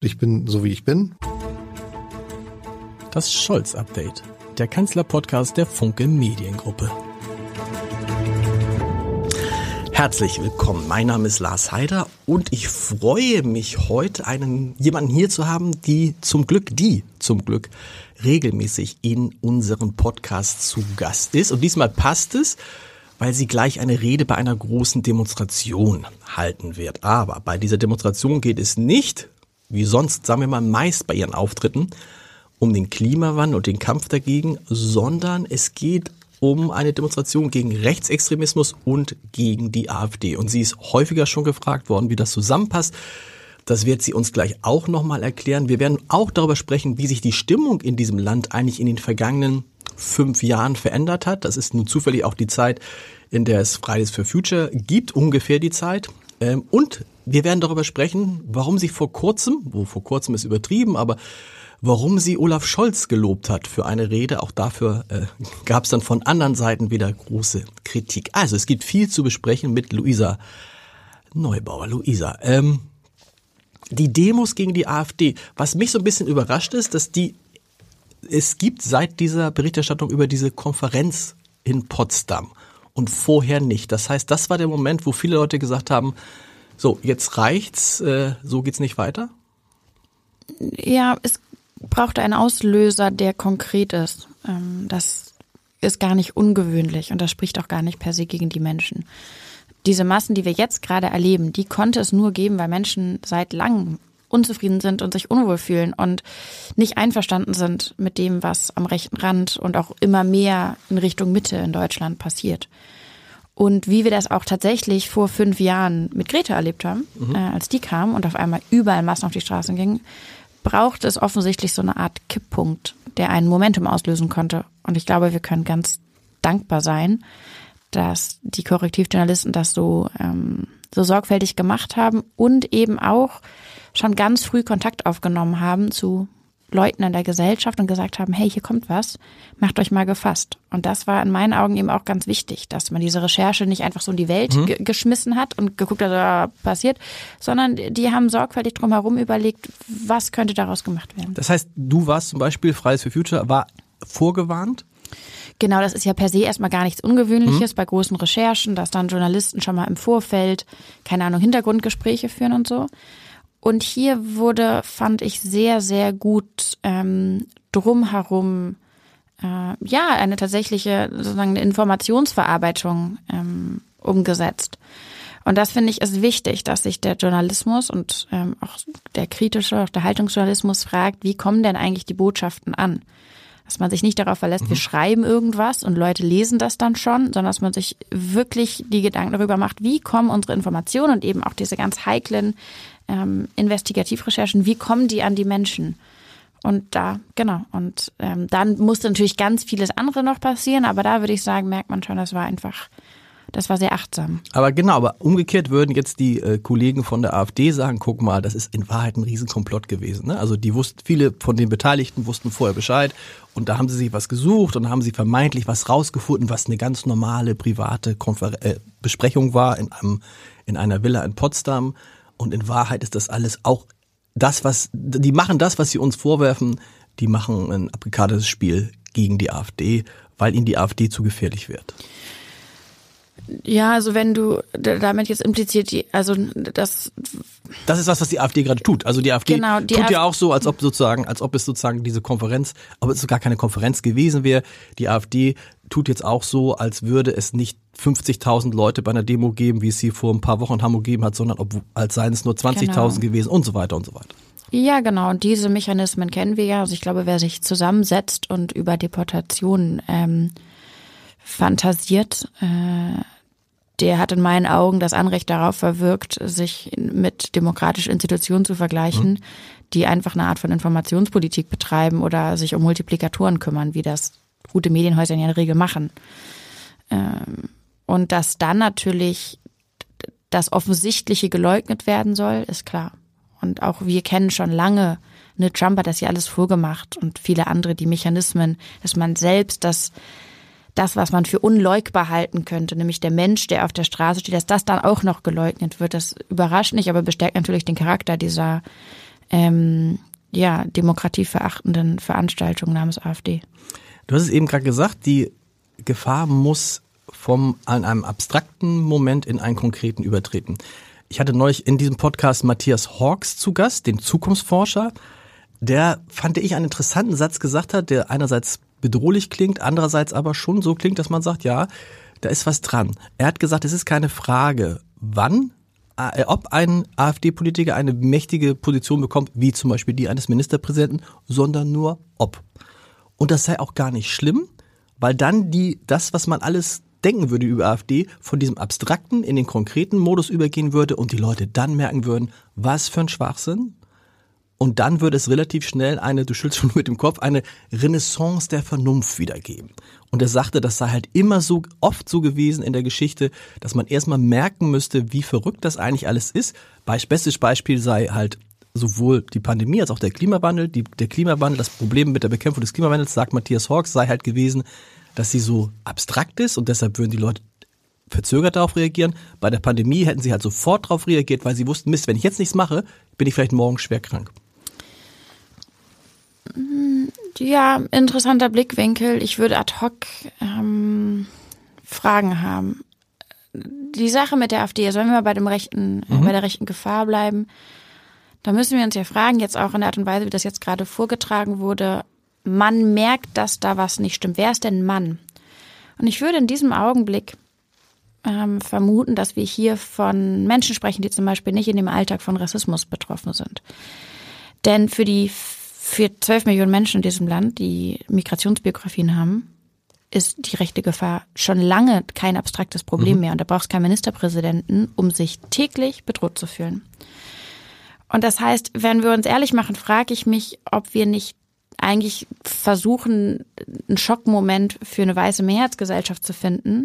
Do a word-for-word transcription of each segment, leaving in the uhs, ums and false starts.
Ich bin so, wie ich bin. Das Scholz-Update, der Kanzler-Podcast der Funke Mediengruppe. Herzlich willkommen, mein Name ist Lars Heider und ich freue mich heute, einen jemanden hier zu haben, die zum Glück, die zum Glück regelmäßig in unserem Podcast zu Gast ist. Und diesmal passt es, weil sie gleich eine Rede bei einer großen Demonstration halten wird. Aber bei dieser Demonstration geht es nicht, wie sonst, sagen wir mal, meist bei ihren Auftritten, um den Klimawandel und den Kampf dagegen, sondern es geht um eine Demonstration gegen Rechtsextremismus und gegen die AfD. Und sie ist häufiger schon gefragt worden, wie das zusammenpasst. Das wird sie uns gleich auch nochmal erklären. Wir werden auch darüber sprechen, wie sich die Stimmung in diesem Land eigentlich in den vergangenen fünf Jahren verändert hat. Das ist nun zufällig auch die Zeit, in der es Fridays for Future gibt, ungefähr die Zeit. Und wir werden darüber sprechen, warum sie vor kurzem, wo vor kurzem ist übertrieben, aber warum sie Olaf Scholz gelobt hat für eine Rede. Auch dafür äh, gab es dann von anderen Seiten wieder große Kritik. Also es gibt viel zu besprechen mit Luisa Neubauer. Luisa, ähm, die Demos gegen die AfD, was mich so ein bisschen überrascht ist, dass die, es gibt seit dieser Berichterstattung über diese Konferenz in Potsdam und vorher nicht. Das heißt, das war der Moment, wo viele Leute gesagt haben, so, jetzt reicht's, äh, so geht's nicht weiter? Ja, es brauchte einen Auslöser, der konkret ist. Ähm, das ist gar nicht ungewöhnlich und das spricht auch gar nicht per se gegen die Menschen. Diese Massen, die wir jetzt gerade erleben, die konnte es nur geben, weil Menschen seit langem unzufrieden sind und sich unwohl fühlen und nicht einverstanden sind mit dem, was am rechten Rand und auch immer mehr in Richtung Mitte in Deutschland passiert. Und wie wir das auch tatsächlich vor fünf Jahren mit Greta erlebt haben, mhm. äh, als die kam und auf einmal überall Massen auf die Straßen gingen, braucht es offensichtlich so eine Art Kipppunkt, der ein Momentum auslösen konnte. Und ich glaube, wir können ganz dankbar sein, dass die Korrektivjournalisten das so, ähm, so sorgfältig gemacht haben und eben auch schon ganz früh Kontakt aufgenommen haben zu Leuten in der Gesellschaft und gesagt haben, hey, hier kommt was, macht euch mal gefasst. Und das war in meinen Augen eben auch ganz wichtig, dass man diese Recherche nicht einfach so in die Welt mhm. ge- geschmissen hat und geguckt hat, was passiert, sondern die haben sorgfältig drumherum überlegt, was könnte daraus gemacht werden. Das heißt, du warst zum Beispiel, Fridays for Future war vorgewarnt? Genau, das ist ja per se erstmal gar nichts Ungewöhnliches mhm. bei großen Recherchen, dass dann Journalisten schon mal im Vorfeld, keine Ahnung, Hintergrundgespräche führen und so. Und hier wurde, fand ich, sehr, sehr gut ähm, drumherum äh, ja eine tatsächliche sozusagen eine Informationsverarbeitung ähm, umgesetzt. Und das finde ich ist wichtig, dass sich der Journalismus und ähm, auch der kritische, auch der Haltungsjournalismus fragt, wie kommen denn eigentlich die Botschaften an? Dass man sich nicht darauf verlässt, mhm. wir schreiben irgendwas und Leute lesen das dann schon, sondern dass man sich wirklich die Gedanken darüber macht, wie kommen unsere Informationen und eben auch diese ganz heiklen ähm, Investigativrecherchen, wie kommen die an die Menschen? Und da, genau, und ähm, dann musste natürlich ganz vieles andere noch passieren, aber da würde ich sagen, merkt man schon, das war einfach, das war sehr achtsam. Aber genau, aber umgekehrt würden jetzt die äh, Kollegen von der AfD sagen, guck mal, das ist in Wahrheit ein Riesenkomplott gewesen. Ne? Also die wussten, viele von den Beteiligten wussten vorher Bescheid und da haben sie sich was gesucht und haben sie vermeintlich was rausgefunden, was eine ganz normale private Konfer- äh, Besprechung war in einem in einer Villa in Potsdam. Und in Wahrheit ist das alles auch das, was, die machen das, was sie uns vorwerfen, die machen ein abgekartetes Spiel gegen die AfD, weil ihnen die AfD zu gefährlich wird. Ja, also wenn du damit jetzt impliziert, die, also das... Das ist was, was die AfD gerade tut. Also die AfD genau, die tut Af- ja auch so, als ob sozusagen, als ob es sozusagen diese Konferenz, aber es sogar keine Konferenz gewesen wäre. Die AfD tut jetzt auch so, als würde es nicht fünfzigtausend Leute bei einer Demo geben, wie es sie vor ein paar Wochen in Hamburg gegeben hat, sondern ob, als seien es nur zwanzigtausend genau. gewesen und so weiter und so weiter. Ja, genau. Und diese Mechanismen kennen wir ja. Also ich glaube, wer sich zusammensetzt und über Deportationen ähm, fantasiert, äh, der hat in meinen Augen das Anrecht darauf verwirkt, sich mit demokratischen Institutionen zu vergleichen, mhm. die einfach eine Art von Informationspolitik betreiben oder sich um Multiplikatoren kümmern, wie das gute Medienhäuser in der Regel machen. Und dass dann natürlich das Offensichtliche geleugnet werden soll, ist klar. Und auch wir kennen schon lange, ne, Trump hat das ja alles vorgemacht und viele andere, die Mechanismen, dass man selbst das das, was man für unleugbar halten könnte, nämlich der Mensch, der auf der Straße steht, dass das dann auch noch geleugnet wird. Das überrascht nicht, aber bestärkt natürlich den Charakter dieser ähm, ja, demokratieverachtenden Veranstaltung namens AfD. Du hast es eben gerade gesagt, die Gefahr muss vom an einem abstrakten Moment in einen konkreten übertreten. Ich hatte neulich in diesem Podcast Matthias Hawks zu Gast, den Zukunftsforscher, der, fand ich, einen interessanten Satz gesagt hat, der einerseits bedrohlich klingt, andererseits aber schon so klingt, dass man sagt, ja, da ist was dran. Er hat gesagt, es ist keine Frage, wann, äh, ob ein AfD-Politiker eine mächtige Position bekommt, wie zum Beispiel die eines Ministerpräsidenten, sondern nur ob. Und das sei auch gar nicht schlimm, weil dann die das, was man alles denken würde über AfD, von diesem abstrakten in den konkreten Modus übergehen würde und die Leute dann merken würden, was für ein Schwachsinn. Und dann würde es relativ schnell eine, du schüttelst schon mit dem Kopf, eine Renaissance der Vernunft wiedergeben. Und er sagte, das sei halt immer so oft so gewesen in der Geschichte, dass man erstmal merken müsste, wie verrückt das eigentlich alles ist. Bestes Beispiel sei halt sowohl die Pandemie als auch der Klimawandel. Die, der Klimawandel, das Problem mit der Bekämpfung des Klimawandels, sagt Matthias Hawks, sei halt gewesen, dass sie so abstrakt ist und deshalb würden die Leute verzögert darauf reagieren. Bei der Pandemie hätten sie halt sofort darauf reagiert, weil sie wussten, Mist, wenn ich jetzt nichts mache, bin ich vielleicht morgen schwer krank. Ja, interessanter Blickwinkel. Ich würde ad hoc ähm, Fragen haben. Die Sache mit der AfD, also wenn wir mal bei dem rechten, mhm. äh, bei der rechten Gefahr bleiben, da müssen wir uns ja fragen, jetzt auch in der Art und Weise, wie das jetzt gerade vorgetragen wurde, man merkt, dass da was nicht stimmt. Wer ist denn Mann? Und ich würde in diesem Augenblick ähm, vermuten, dass wir hier von Menschen sprechen, die zum Beispiel nicht in dem Alltag von Rassismus betroffen sind. Denn für die für zwölf Millionen Menschen in diesem Land, die Migrationsbiografien haben, ist die rechte Gefahr schon lange kein abstraktes Problem mhm. mehr. Und da braucht es keinen Ministerpräsidenten, um sich täglich bedroht zu fühlen. Und das heißt, wenn wir uns ehrlich machen, frage ich mich, ob wir nicht eigentlich versuchen, einen Schockmoment für eine weiße Mehrheitsgesellschaft zu finden,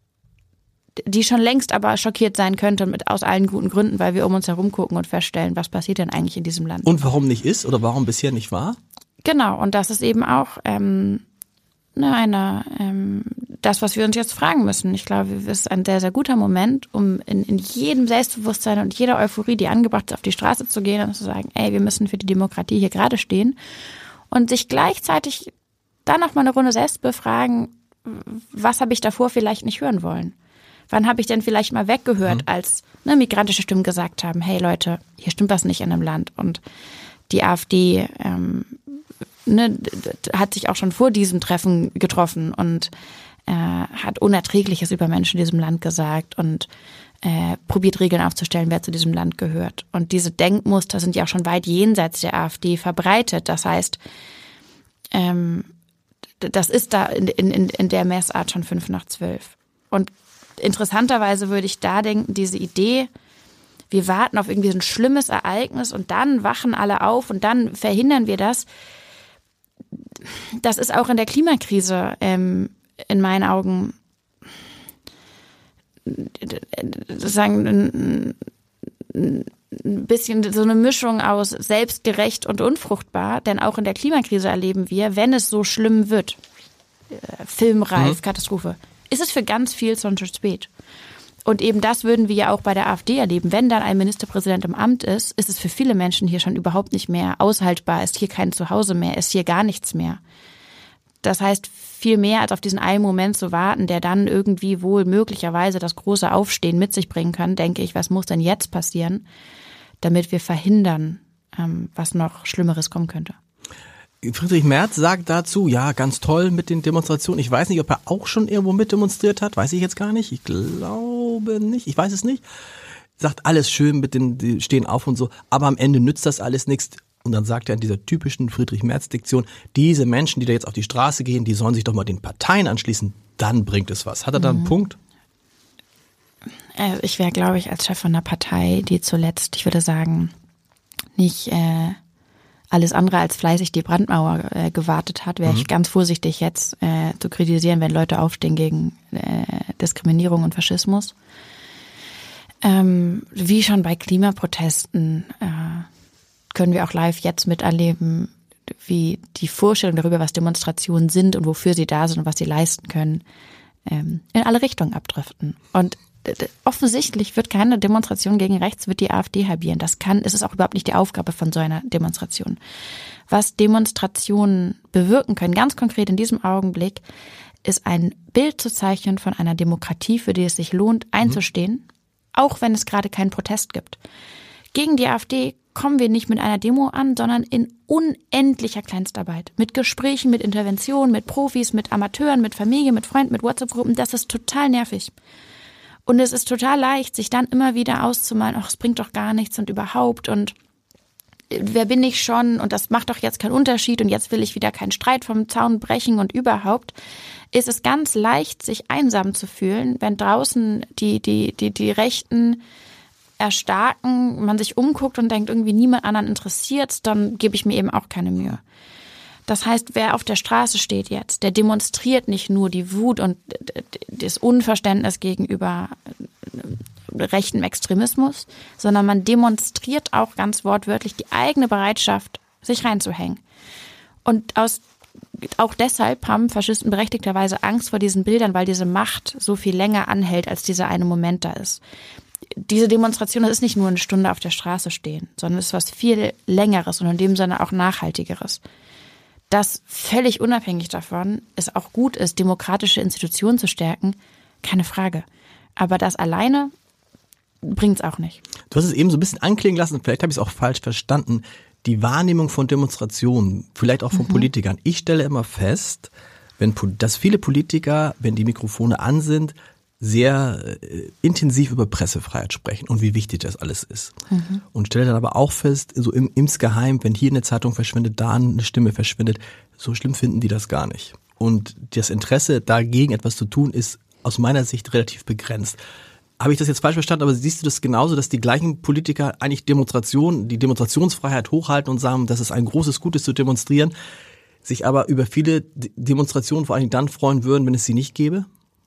die schon längst aber schockiert sein könnte mit aus allen guten Gründen, weil wir um uns herum gucken und feststellen, was passiert denn eigentlich in diesem Land. Und warum nicht ist oder warum bisher nicht war? Genau, und das ist eben auch ähm, ne, eine, ähm, das, was wir uns jetzt fragen müssen. Ich glaube, es ist ein sehr, sehr guter Moment, um in, in jedem Selbstbewusstsein und jeder Euphorie, die angebracht ist, auf die Straße zu gehen und zu sagen, ey, wir müssen für die Demokratie hier gerade stehen und sich gleichzeitig dann noch mal eine Runde selbst befragen, was habe ich davor vielleicht nicht hören wollen? Wann habe ich denn vielleicht mal weggehört, mhm. als ne, migrantische Stimmen gesagt haben, hey Leute, hier stimmt was nicht in einem Land. Und die AfD ähm, ne, hat sich auch schon vor diesem Treffen getroffen und äh, hat Unerträgliches über Menschen in diesem Land gesagt und äh, probiert Regeln aufzustellen, wer zu diesem Land gehört. Und diese Denkmuster sind ja auch schon weit jenseits der AfD verbreitet. Das heißt, ähm, das ist da in, in, in der Messart schon fünf nach zwölf. Und interessanterweise würde ich da denken, diese Idee, wir warten auf irgendwie so ein schlimmes Ereignis und dann wachen alle auf und dann verhindern wir das. Das ist auch in der Klimakrise ähm, in meinen Augen sozusagen ein, ein bisschen so eine Mischung aus selbstgerecht und unfruchtbar, denn auch in der Klimakrise erleben wir, wenn es so schlimm wird, äh, filmreif, mhm. Katastrophe, ist es für ganz viel schon zu spät. Und eben das würden wir ja auch bei der AfD erleben. Wenn dann ein Ministerpräsident im Amt ist, ist es für viele Menschen hier schon überhaupt nicht mehr aushaltbar, ist hier kein Zuhause mehr, ist hier gar nichts mehr. Das heißt, viel mehr als auf diesen einen Moment zu warten, der dann irgendwie wohl möglicherweise das große Aufstehen mit sich bringen kann, denke ich, was muss denn jetzt passieren, damit wir verhindern, was noch Schlimmeres kommen könnte. Friedrich Merz sagt dazu, ja, ganz toll mit den Demonstrationen. Ich weiß nicht, ob er auch schon irgendwo mit demonstriert hat. Weiß ich jetzt gar nicht. Ich glaube nicht. Ich weiß es nicht. Sagt alles schön mit den, die stehen auf und so. Aber am Ende nützt das alles nichts. Und dann sagt er in dieser typischen Friedrich Merz-Diktion, diese Menschen, die da jetzt auf die Straße gehen, die sollen sich doch mal den Parteien anschließen. Dann bringt es was. Hat er da einen mhm. Punkt? Also ich wäre, glaube ich, als Chef von einer Partei, die zuletzt, ich würde sagen, nicht äh, alles andere als fleißig die Brandmauer äh, gewartet hat, wäre mhm. ich ganz vorsichtig jetzt äh, zu kritisieren, wenn Leute aufstehen gegen äh, Diskriminierung und Faschismus. Ähm, wie schon bei Klimaprotesten äh, können wir auch live jetzt miterleben, wie die Vorstellung darüber, was Demonstrationen sind und wofür sie da sind und was sie leisten können, ähm, in alle Richtungen abdriften. Und offensichtlich wird keine Demonstration gegen rechts, wird die AfD halbieren. Das kann, es ist auch überhaupt nicht die Aufgabe von so einer Demonstration. Was Demonstrationen bewirken können, ganz konkret in diesem Augenblick, ist ein Bild zu zeichnen von einer Demokratie, für die es sich lohnt, einzustehen, mhm. auch wenn es gerade keinen Protest gibt. Gegen die AfD kommen wir nicht mit einer Demo an, sondern in unendlicher Kleinstarbeit. Mit Gesprächen, mit Interventionen, mit Profis, mit Amateuren, mit Familie, mit Freunden, mit WhatsApp-Gruppen. Das ist total nervig. Und es ist total leicht, sich dann immer wieder auszumalen, ach, es bringt doch gar nichts und überhaupt und wer bin ich schon und das macht doch jetzt keinen Unterschied und jetzt will ich wieder keinen Streit vom Zaun brechen und überhaupt, ist es ganz leicht, sich einsam zu fühlen, wenn draußen die, die, die, die Rechten erstarken, man sich umguckt und denkt, irgendwie niemand anderen interessiert, dann gebe ich mir eben auch keine Mühe. Das heißt, wer auf der Straße steht jetzt, der demonstriert nicht nur die Wut und das Unverständnis gegenüber rechten Extremismus, sondern man demonstriert auch ganz wortwörtlich die eigene Bereitschaft, sich reinzuhängen. Und aus, auch deshalb haben Faschisten berechtigterweise Angst vor diesen Bildern, weil diese Macht so viel länger anhält, als dieser eine Moment da ist. Diese Demonstration, das ist nicht nur eine Stunde auf der Straße stehen, sondern es ist was viel Längeres und in dem Sinne auch Nachhaltigeres. Dass völlig unabhängig davon es auch gut ist, demokratische Institutionen zu stärken, keine Frage. Aber das alleine bringt's auch nicht. Du hast es eben so ein bisschen anklingen lassen, vielleicht habe ich es auch falsch verstanden, die Wahrnehmung von Demonstrationen, vielleicht auch von mhm. Politikern. Ich stelle immer fest, wenn, dass viele Politiker, wenn die Mikrofone an sind, sehr äh, intensiv über Pressefreiheit sprechen und wie wichtig das alles ist. Mhm. Und stelle dann aber auch fest, so im, insgeheim, wenn hier eine Zeitung verschwindet, da eine Stimme verschwindet, so schlimm finden die das gar nicht. Und das Interesse, dagegen etwas zu tun, ist aus meiner Sicht relativ begrenzt. Habe ich das jetzt falsch verstanden, aber siehst du das genauso, dass die gleichen Politiker eigentlich Demonstrationen, die Demonstrationsfreiheit hochhalten und sagen, dass es ein großes Gut ist zu demonstrieren, sich aber über viele Demonstrationen vor allem dann freuen würden, wenn es sie nicht gäbe?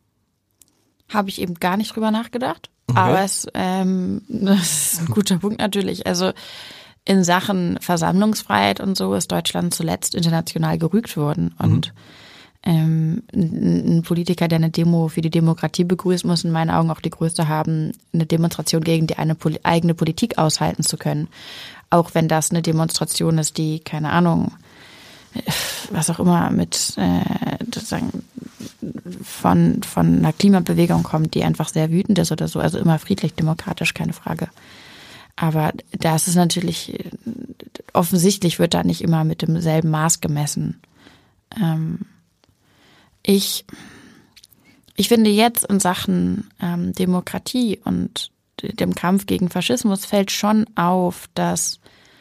Habe ich eben gar nicht drüber nachgedacht. Okay. Aber es, ähm, das ist ein guter Punkt natürlich. Also in Sachen Versammlungsfreiheit und so ist Deutschland zuletzt international gerügt worden. Und mhm. ähm, ein Politiker, der eine Demo für die Demokratie begrüßt, muss in meinen Augen auch die Größe haben, eine Demonstration gegen die eine Poli- eigene Politik aushalten zu können. Auch wenn das eine Demonstration ist, die, keine Ahnung, was auch immer mit äh, sozusagen von von einer Klimabewegung kommt, die einfach sehr wütend ist oder so, also immer friedlich, demokratisch, keine Frage. Aber da ist es natürlich, offensichtlich wird da nicht immer mit demselben Maß gemessen. Ähm, ich ich finde jetzt in Sachen ähm, Demokratie und dem Kampf gegen Faschismus fällt schon auf, dass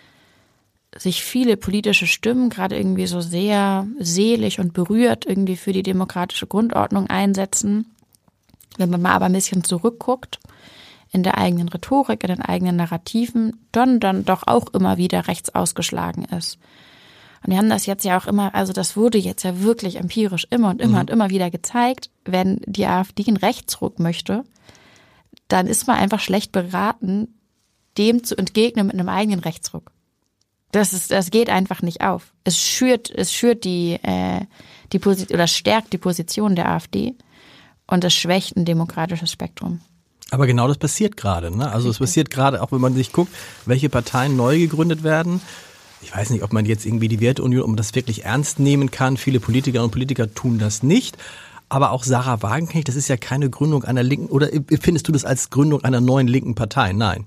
sich viele politische Stimmen gerade irgendwie so sehr selig und berührt irgendwie für die demokratische Grundordnung einsetzen. Wenn man mal aber ein bisschen zurückguckt in der eigenen Rhetorik, in den eigenen Narrativen, dann dann doch auch immer wieder rechts ausgeschlagen ist. Und wir haben das jetzt ja auch immer, also das wurde jetzt ja wirklich empirisch immer und immer mhm. und immer wieder gezeigt, wenn die AfD einen Rechtsruck möchte, dann ist man einfach schlecht beraten, dem zu entgegnen mit einem eigenen Rechtsruck. Das ist, das geht einfach nicht auf. Es schürt, es schürt die, äh, die Position oder stärkt die Position der AfD und es schwächt ein demokratisches Spektrum. Aber genau das passiert gerade, ne? Also es passiert gerade, auch wenn man sich guckt, welche Parteien neu gegründet werden. Ich weiß nicht, ob man jetzt irgendwie die Werteunion, ob man das wirklich ernst nehmen kann. Viele Politikerinnen und Politiker tun das nicht. Aber auch Sarah Wagenknecht, das ist ja keine Gründung einer linken, oder findest du das als Gründung einer neuen linken Partei? Nein.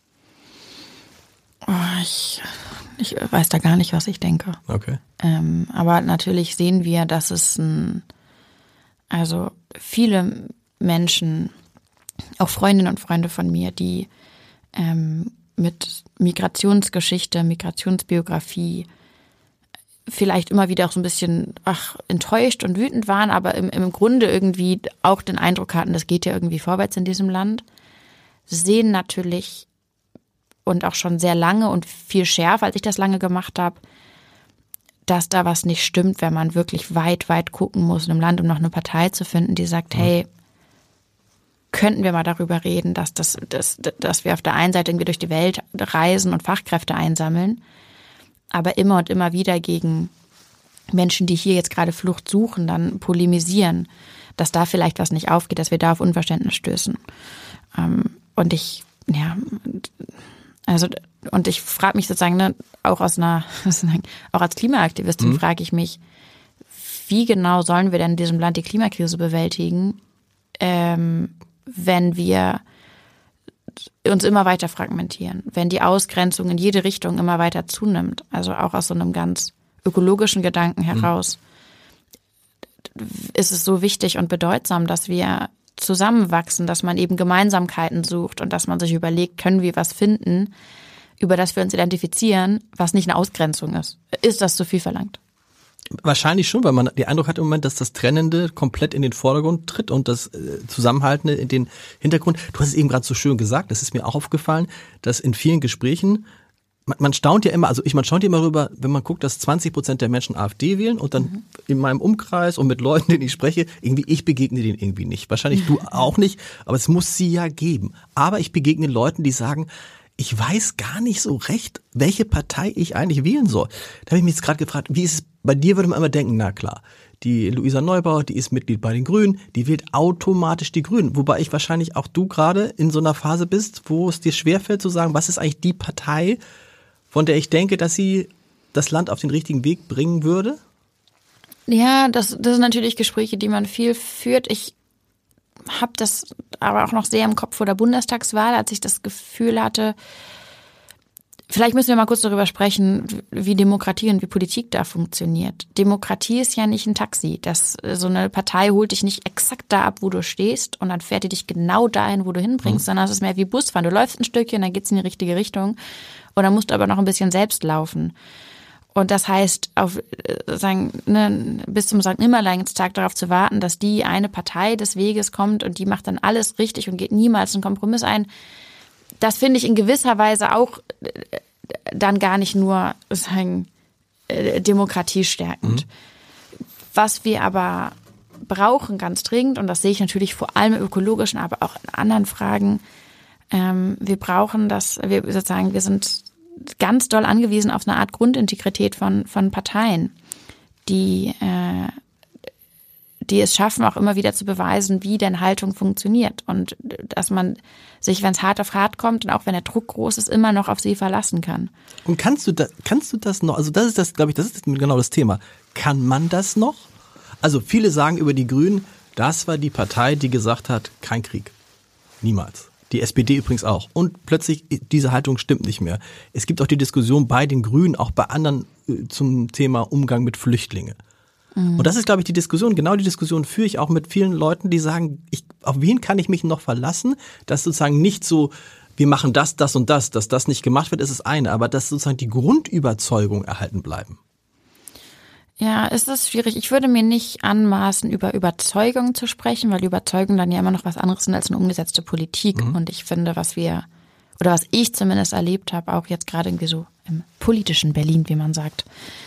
Oh, ich, ich weiß da gar nicht, was ich denke. Okay. Ähm, aber natürlich sehen wir, dass es ein, also viele Menschen, auch Freundinnen und Freunde von mir, die ähm, mit Migrationsgeschichte, Migrationsbiografie vielleicht immer wieder auch so ein bisschen ach, enttäuscht und wütend waren, aber im, im Grunde irgendwie auch den Eindruck hatten, das geht ja irgendwie vorwärts in diesem Land, sehen natürlich und auch schon sehr lange und viel schärfer, als ich das lange gemacht habe, dass da was nicht stimmt, wenn man wirklich weit, weit gucken muss in einem Land, um noch eine Partei zu finden, die sagt, mhm. hey, könnten wir mal darüber reden, dass, das, dass, dass wir auf der einen Seite irgendwie durch die Welt reisen und Fachkräfte einsammeln, aber immer und immer wieder gegen Menschen, die hier jetzt gerade Flucht suchen, dann polemisieren. dass da vielleicht was nicht aufgeht, dass wir da auf Unverständnis stößen. Ähm, und ich, ja, also, und ich frage mich sozusagen, ne, auch aus einer, auch als Klimaaktivistin mhm. frage ich mich, wie genau sollen wir denn in diesem Land die Klimakrise bewältigen, ähm, wenn wir uns immer weiter fragmentieren, wenn die Ausgrenzung in jede Richtung immer weiter zunimmt, also auch aus so einem ganz ökologischen Gedanken heraus, mhm. ist es so wichtig und bedeutsam, dass wir zusammenwachsen, dass man eben Gemeinsamkeiten sucht und dass man sich überlegt, können wir was finden, über das wir uns identifizieren, was nicht eine Ausgrenzung ist. Ist das zu viel verlangt? Wahrscheinlich schon, weil man den Eindruck hat im Moment, dass das Trennende komplett in den Vordergrund tritt und das äh, Zusammenhaltende in den Hintergrund. Du hast es eben gerade so schön gesagt, das ist mir auch aufgefallen, dass in vielen Gesprächen, man, man staunt ja immer, also ich, man staunt ja immer rüber, wenn man guckt, dass zwanzig Prozent der Menschen AfD wählen und dann mhm. in meinem Umkreis und mit Leuten, denen ich spreche, irgendwie, ich begegne denen irgendwie nicht. Wahrscheinlich du auch nicht, aber es muss sie ja geben. Aber ich begegne Leuten, die sagen, ich weiß gar nicht so recht, welche Partei ich eigentlich wählen soll. Da habe ich mich jetzt gerade gefragt, wie ist es, bei dir würde man immer denken, na klar, die Luisa Neubauer, die ist Mitglied bei den Grünen, die wählt automatisch die Grünen. Wobei ich wahrscheinlich auch du gerade in so einer Phase bist, wo es dir schwerfällt zu sagen, was ist eigentlich die Partei, von der ich denke, dass sie das Land auf den richtigen Weg bringen würde? Ja, das, das sind natürlich Gespräche, die man viel führt. Ich habe das aber auch noch sehr im Kopf vor der Bundestagswahl, als ich das Gefühl hatte, vielleicht müssen wir mal kurz darüber sprechen, wie Demokratie und wie Politik da funktioniert. Demokratie ist ja nicht ein Taxi. Das, so eine Partei holt dich nicht exakt da ab, wo du stehst und dann fährt die dich genau dahin, wo du hinbringst, mhm. sondern es ist mehr wie Busfahren. Du läufst ein Stückchen, dann geht's in die richtige Richtung und dann musst du aber noch ein bisschen selbst laufen. Und das heißt, auf, sagen, ne, bis zum Sankt Nimmerleinstag darauf zu warten, dass die eine Partei des Weges kommt und die macht dann alles richtig und geht niemals einen Kompromiss ein, das finde ich in gewisser Weise auch dann gar nicht nur sagen, demokratiestärkend. Mhm. Was wir aber brauchen ganz dringend, und das sehe ich natürlich vor allem im ökologischen, aber auch in anderen Fragen, ähm, wir brauchen das, wir sozusagen, wir sind ganz doll angewiesen auf eine Art Grundintegrität von, von Parteien, die, äh, die es schaffen, auch immer wieder zu beweisen, wie denn Haltung funktioniert und dass man sich, wenn es hart auf hart kommt und auch wenn der Druck groß ist, immer noch auf sie verlassen kann. Und kannst du das, kannst du das noch, also das ist das, glaube ich, das ist genau das Thema. Kann man das noch? Also viele sagen über die Grünen, das war die Partei, die gesagt hat, kein Krieg. Niemals. Die S P D übrigens auch. Und plötzlich, diese Haltung stimmt nicht mehr. Es gibt auch die Diskussion bei den Grünen, auch bei anderen zum Thema Umgang mit Flüchtlingen. Mhm. Und das ist, glaube ich, die Diskussion. Genau die Diskussion führe ich auch mit vielen Leuten, die sagen, ich, auf wen kann ich mich noch verlassen? Das sozusagen nicht so, wir machen das, das und das. Dass das nicht gemacht wird, ist das eine. Aber dass sozusagen die Grundüberzeugung erhalten bleiben. Ja, es ist schwierig. Ich würde mir nicht anmaßen, über Überzeugung zu sprechen, weil Überzeugung dann ja immer noch was anderes sind als eine umgesetzte Politik. Mhm. Und ich finde, was wir, oder was ich zumindest erlebt habe, auch jetzt gerade irgendwie so im politischen Berlin, wie man sagt,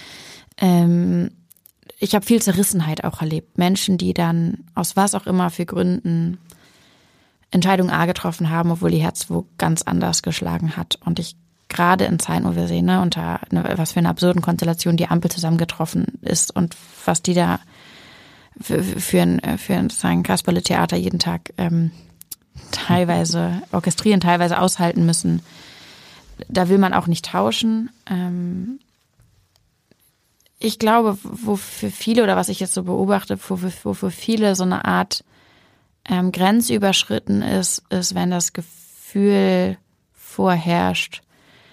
ähm, ich habe viel Zerrissenheit auch erlebt. Menschen, die dann aus was auch immer für Gründen Entscheidung A getroffen haben, obwohl ihr Herz wo ganz anders geschlagen hat. Und ich gerade in Zeiten, wo wir sehen, ne, unter ne, was für eine absurden Konstellation die Ampel zusammengetroffen ist und was die da für, für ein, für ein, ein Kasperle-Theater jeden Tag ähm, teilweise orchestrieren, teilweise aushalten müssen. Da will man auch nicht tauschen. Ähm, ich glaube, wo für viele, oder was ich jetzt so beobachte, wo für, wo für viele so eine Art ähm, Grenze überschritten ist, ist, wenn das Gefühl vorherrscht,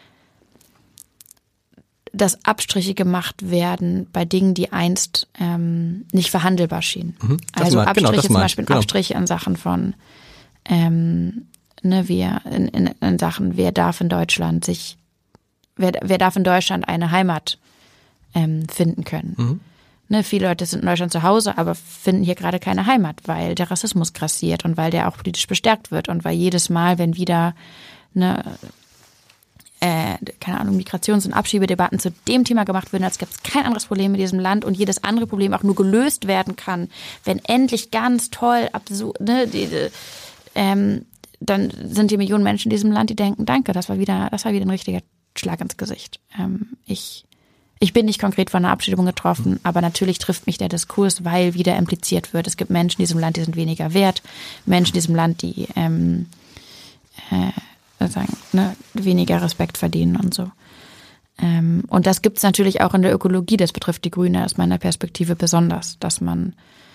dass Abstriche gemacht werden bei Dingen, die einst ähm, nicht verhandelbar schienen. Mhm, also mal, Abstriche, genau, zum Beispiel genau. Abstriche in Sachen von, ähm, ne, wir in, in, in Sachen, wer darf in Deutschland sich, wer, wer darf in Deutschland eine Heimat ähm, finden können. Mhm. Ne, viele Leute sind in Deutschland zu Hause, aber finden hier gerade keine Heimat, weil der Rassismus grassiert und weil der auch politisch bestärkt wird und weil jedes Mal, wenn wieder ne Äh, keine Ahnung, Migrations- und Abschiebedebatten zu dem Thema gemacht würden, als gäbe es kein anderes Problem in diesem Land und jedes andere Problem auch nur gelöst werden kann, wenn endlich ganz toll, absurd, ne, die, die, ähm, dann sind die Millionen Menschen in diesem Land, die denken, danke, das war wieder, das war wieder ein richtiger Schlag ins Gesicht. Ähm, ich, Ich bin nicht konkret von einer Abschiebung getroffen, aber natürlich trifft mich der Diskurs, weil wieder impliziert wird, es gibt Menschen in diesem Land, die sind weniger wert, Menschen in diesem Land, die ähm, äh, sagen, ne, weniger Respekt verdienen und so. Ähm, und das gibt es natürlich auch in der Ökologie, das betrifft die Grüne aus meiner Perspektive besonders, dass man,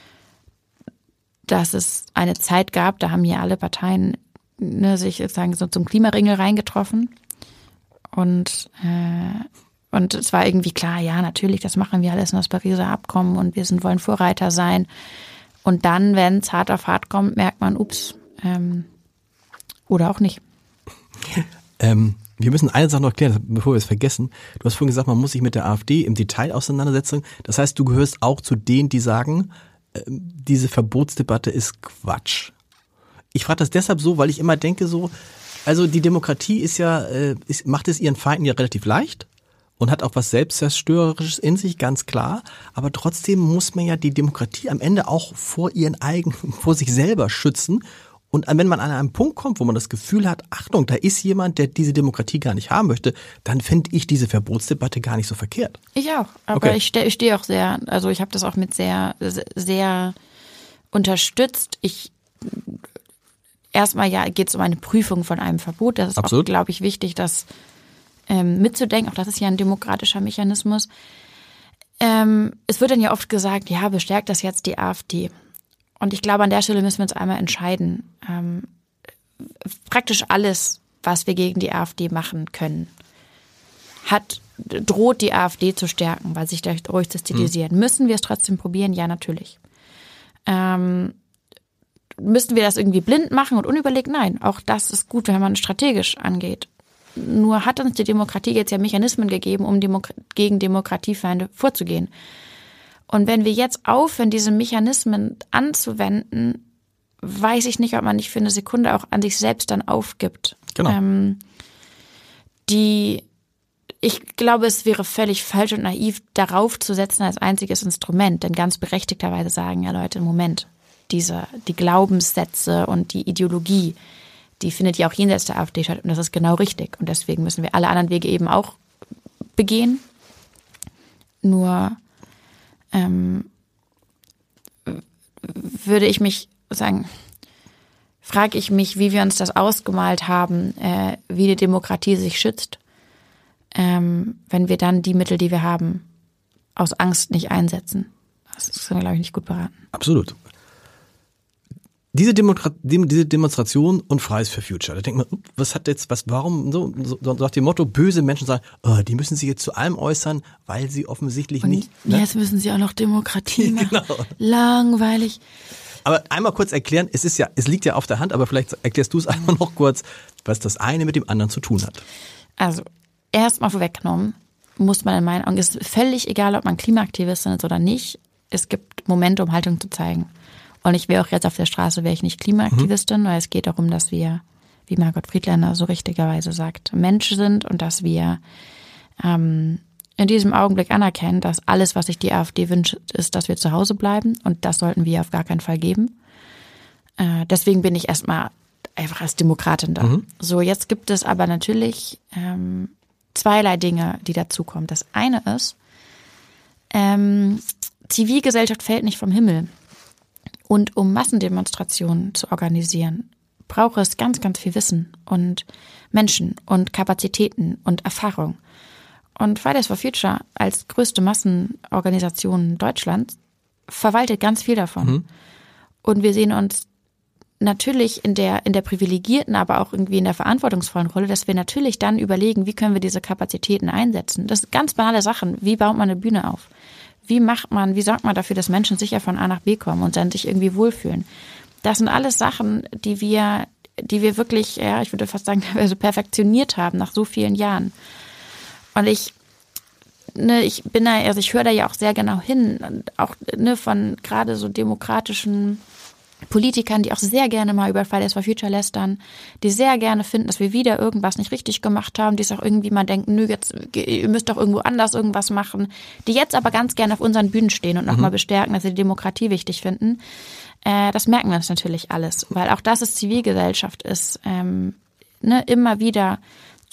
dass es eine Zeit gab, da haben hier alle Parteien ne, sich sozusagen so zum Klimaringel reingetroffen und äh, und es war irgendwie klar, ja natürlich, das machen wir alles in das Pariser Abkommen und wir sind wollen Vorreiter sein. Und dann, wenn es hart auf hart kommt, merkt man, ups, ähm, oder auch nicht. Ähm, wir müssen eine Sache noch klären, bevor wir es vergessen. Du hast vorhin gesagt, man muss sich mit der AfD im Detail auseinandersetzen. Das heißt, du gehörst auch zu denen, die sagen, äh, diese Verbotsdebatte ist Quatsch. Ich frage das deshalb so, weil ich immer denke so, also die Demokratie ist ja, äh, ist, macht es ihren Feinden ja relativ leicht. Und hat auch was Selbstzerstörerisches in sich, ganz klar. Aber trotzdem muss man ja die Demokratie am Ende auch vor ihren eigenen, vor sich selber schützen. Und wenn man an einen Punkt kommt, wo man das Gefühl hat, Achtung, da ist jemand, der diese Demokratie gar nicht haben möchte, dann finde ich diese Verbotsdebatte gar nicht so verkehrt. Ich auch. Aber okay. ich stehe ich steh auch sehr, also ich habe das auch mit sehr, sehr unterstützt. Ich erstmal ja geht es um eine Prüfung von einem Verbot. Das ist Absolut. auch, glaube ich, wichtig, dass Ähm, mitzudenken, auch das ist ja ein demokratischer Mechanismus. Ähm, es wird dann ja oft gesagt, ja, bestärkt das jetzt die AfD? Und ich glaube, an der Stelle müssen wir uns einmal entscheiden. Ähm, praktisch alles, was wir gegen die AfD machen können, hat, droht die AfD zu stärken, weil sich dadurch kristallisiert. Mhm. Müssen wir es trotzdem probieren? Ja, natürlich. Ähm, müssen wir das irgendwie blind machen und unüberlegt? Nein, auch das ist gut, wenn man strategisch angeht. Nur hat uns die Demokratie jetzt ja Mechanismen gegeben, um Demok- gegen Demokratiefeinde vorzugehen. Und wenn wir jetzt aufhören, diese Mechanismen anzuwenden, weiß ich nicht, ob man nicht für eine Sekunde auch an sich selbst dann aufgibt. Genau. Ähm, die, ich glaube, es wäre völlig falsch und naiv, darauf zu setzen als einziges Instrument. Denn ganz berechtigterweise sagen ja Leute, Moment, diese, die Glaubenssätze und die Ideologie, die findet ja auch jenseits der AfD statt und das ist genau richtig. Und deswegen müssen wir alle anderen Wege eben auch begehen. Nur ähm, würde ich mich sagen, frage ich mich, wie wir uns das ausgemalt haben, äh, wie die Demokratie sich schützt, ähm, wenn wir dann die Mittel, die wir haben, aus Angst nicht einsetzen. Das ist, glaube ich, nicht gut beraten. Absolut. Diese, Demokra- diese Demonstration und Fridays for Future, da denkt man, was hat jetzt, was, warum, so, so, so nach dem Motto, böse Menschen sagen, oh, die müssen sich jetzt zu allem äußern, weil sie offensichtlich und nicht. Ne? Jetzt müssen sie auch noch Demokratie machen. Genau. Langweilig. Aber einmal kurz erklären, es ist ja, es liegt ja auf der Hand, aber vielleicht erklärst du es einmal noch kurz, was das eine mit dem anderen zu tun hat. Also, erstmal vorweggenommen, muss man in meinen Augen, es ist völlig egal, ob man Klimaaktivistin ist oder nicht, es gibt Momente, um Haltung zu zeigen. Und ich wäre auch jetzt auf der Straße, wäre ich nicht Klimaaktivistin, mhm. weil es geht darum, dass wir, wie Margot Friedländer so richtigerweise sagt, Menschen sind und dass wir ähm, in diesem Augenblick anerkennen, dass alles, was sich die AfD wünscht, ist, dass wir zu Hause bleiben und das sollten wir auf gar keinen Fall geben. Äh, deswegen bin ich erstmal einfach als Demokratin da. Mhm. So, jetzt gibt es aber natürlich ähm, zweierlei Dinge, die dazukommen. Das eine ist, ähm, Zivilgesellschaft fällt nicht vom Himmel. Und um Massendemonstrationen zu organisieren, braucht es ganz, ganz viel Wissen und Menschen und Kapazitäten und Erfahrung. Und Fridays for Future als größte Massenorganisation Deutschlands verwaltet ganz viel davon. Mhm. Und wir sehen uns natürlich in der, in der privilegierten, aber auch irgendwie in der verantwortungsvollen Rolle, dass wir natürlich dann überlegen, wie können wir diese Kapazitäten einsetzen. Das sind ganz banale Sachen. Wie baut man eine Bühne auf? Wie macht man, wie sorgt man dafür, dass Menschen sicher von A nach B kommen und dann sich irgendwie wohlfühlen? Das sind alles Sachen, die wir, die wir wirklich, ja, ich würde fast sagen, teilweise perfektioniert haben nach so vielen Jahren. Und ich, ne, ich bin da, also ich höre da ja auch sehr genau hin, auch ne, von gerade so demokratischen Politikern, die auch sehr gerne mal über Fridays for Future lästern, die sehr gerne finden, dass wir wieder irgendwas nicht richtig gemacht haben, die es auch irgendwie mal denken, nö, jetzt, ihr müsst doch irgendwo anders irgendwas machen, die jetzt aber ganz gerne auf unseren Bühnen stehen und nochmal mhm. bestärken, dass sie die Demokratie wichtig finden. Äh, das merken wir uns natürlich alles, weil auch das ist Zivilgesellschaft ist, ähm, ne, immer wieder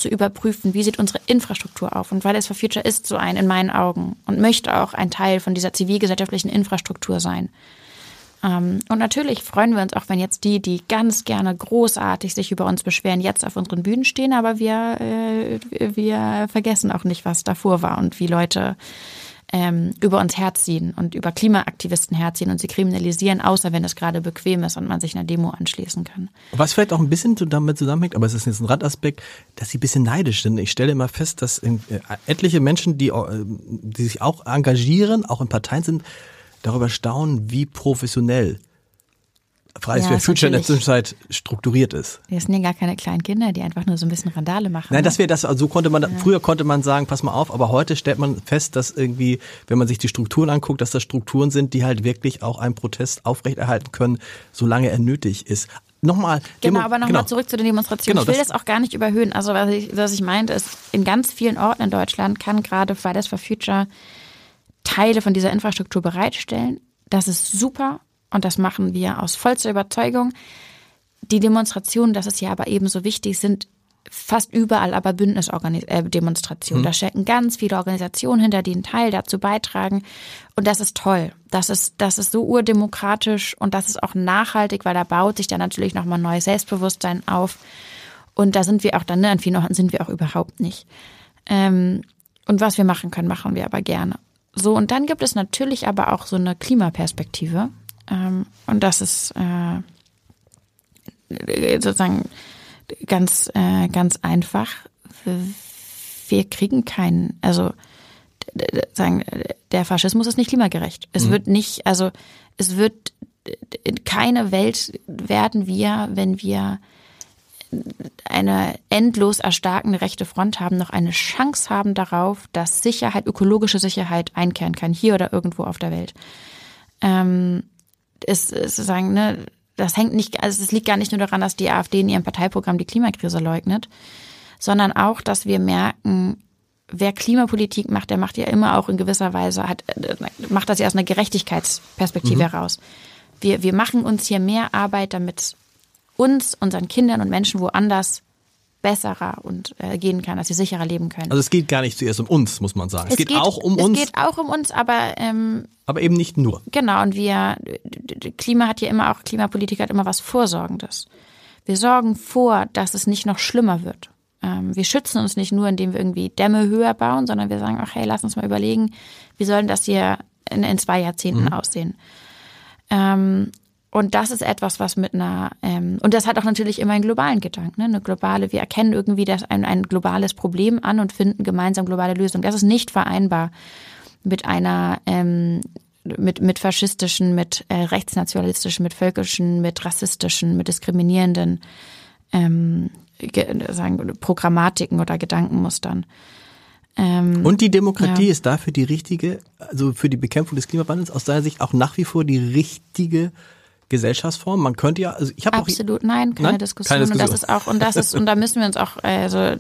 zu überprüfen, wie sieht unsere Infrastruktur auf. Und Fridays for Future ist so ein in meinen Augen und möchte auch ein Teil von dieser zivilgesellschaftlichen Infrastruktur sein. Ähm, und natürlich freuen wir uns auch, wenn jetzt die, die ganz gerne großartig sich über uns beschweren, jetzt auf unseren Bühnen stehen, aber wir, äh, wir vergessen auch nicht, was davor war und wie Leute ähm, über uns herziehen und über Klimaaktivisten herziehen und sie kriminalisieren, außer wenn es gerade bequem ist und man sich einer Demo anschließen kann. Was vielleicht auch ein bisschen damit zusammenhängt, aber es ist jetzt ein Randaspekt, dass sie ein bisschen neidisch sind. Ich stelle immer fest, dass etliche Menschen, die, die sich auch engagieren, auch in Parteien sind, darüber staunen, wie professionell Fridays for Future in der Zwischenzeit strukturiert ist. Das sind ja gar keine kleinen Kinder, die einfach nur so ein bisschen Randale machen. Nein, das wäre das, also so konnte man, ja. früher konnte man sagen, pass mal auf, aber heute stellt man fest, dass irgendwie, wenn man sich die Strukturen anguckt, dass das Strukturen sind, die halt wirklich auch einen Protest aufrechterhalten können, solange er nötig ist. Nochmal. Genau, Demo- aber nochmal genau. zurück zu den Demonstrationen. Genau, ich will das, das auch gar nicht überhöhen. Also was ich, was ich meinte ist, in ganz vielen Orten in Deutschland kann gerade Fridays for Future Teile von dieser Infrastruktur bereitstellen. Das ist super. Und das machen wir aus vollster Überzeugung. Die Demonstrationen, das ist ja aber ebenso wichtig, sind fast überall aber Bündnisdemonstrationen. Äh, da stecken ganz viele Organisationen hinter, die einen Teil dazu beitragen. Und das ist toll. Das ist, das ist so urdemokratisch und das ist auch nachhaltig, weil da baut sich dann natürlich nochmal ein neues Selbstbewusstsein auf. Und da sind wir auch dann, ne, an vielen Orten sind wir auch überhaupt nicht. Ähm, und was wir machen können, machen wir aber gerne. So, und dann gibt es natürlich aber auch so eine Klimaperspektive. Und das ist äh, sozusagen ganz, äh, ganz einfach. Wir kriegen keinen, also sagen, der Faschismus ist nicht klimagerecht. Es mhm. wird nicht, also es wird in keine Welt werden wir, wenn wir eine endlos erstarkende rechte Front haben, noch eine Chance haben darauf, dass Sicherheit, ökologische Sicherheit einkehren kann, hier oder irgendwo auf der Welt. Ähm, ist, ist sozusagen, ne, das hängt nicht, also es liegt gar nicht nur daran, dass die AfD in ihrem Parteiprogramm die Klimakrise leugnet, sondern auch, dass wir merken, wer Klimapolitik macht, der macht ja immer auch in gewisser Weise, hat, macht das ja aus einer Gerechtigkeitsperspektive mhm. heraus. Wir, wir machen uns hier mehr Arbeit, damit uns, unseren Kindern und Menschen woanders besserer und äh, gehen kann, dass sie sicherer leben können. Also es geht gar nicht zuerst um uns, muss man sagen. Es, es geht, geht auch um es uns. Es geht auch um uns, aber ähm, aber eben nicht nur. Genau, und wir, Klima hat ja immer auch, Klimapolitik hat immer was Vorsorgendes. Wir sorgen vor, dass es nicht noch schlimmer wird. Ähm, wir schützen uns nicht nur, indem wir irgendwie Dämme höher bauen, sondern wir sagen, ach hey, lass uns mal überlegen, wie soll denn das hier in, in zwei Jahrzehnten mhm. aussehen. Ähm, Und das ist etwas, was mit einer, ähm, und das hat auch natürlich immer einen globalen Gedanken, ne? Eine globale, wir erkennen irgendwie das ein, ein globales Problem an und finden gemeinsam globale Lösungen. Das ist nicht vereinbar mit einer, ähm, mit, mit faschistischen, mit äh, rechtsnationalistischen, mit völkischen, mit rassistischen, mit diskriminierenden, ähm, ge- sagen, Programmatiken oder Gedankenmustern. Ähm, und die Demokratie ja. ist dafür die richtige, also für die Bekämpfung des Klimawandels aus seiner Sicht auch nach wie vor die richtige Gesellschaftsform. Man könnte ja, also ich habe absolut auch, nein, keine, nein? Diskussion. keine Diskussion. Und das ist auch, und das ist, und da müssen wir uns auch, also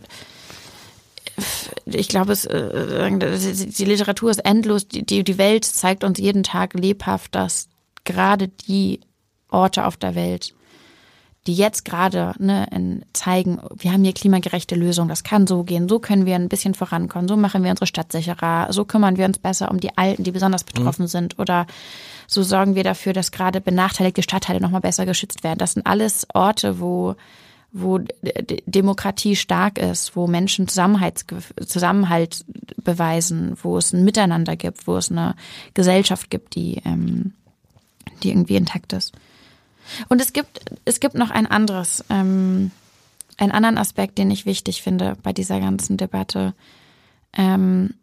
ich glaube, es, die Literatur ist endlos. Die, die Welt zeigt uns jeden Tag lebhaft, dass gerade die Orte auf der Welt, die jetzt gerade ne, in, zeigen, wir haben hier klimagerechte Lösungen, das kann so gehen, so können wir ein bisschen vorankommen, so machen wir unsere Stadt sicherer, so kümmern wir uns besser um die Alten, die besonders betroffen mhm. sind, oder so sorgen wir dafür, dass gerade benachteiligte Stadtteile nochmal besser geschützt werden. Das sind alles Orte, wo, wo D- Demokratie stark ist, wo Menschen Zusammenhalt, Zusammenhalt beweisen, wo es ein Miteinander gibt, wo es eine Gesellschaft gibt, die, ähm, die irgendwie intakt ist. Und es gibt, es gibt noch ein anderes, ähm, einen anderen Aspekt, den ich wichtig finde bei dieser ganzen Debatte. Ähm,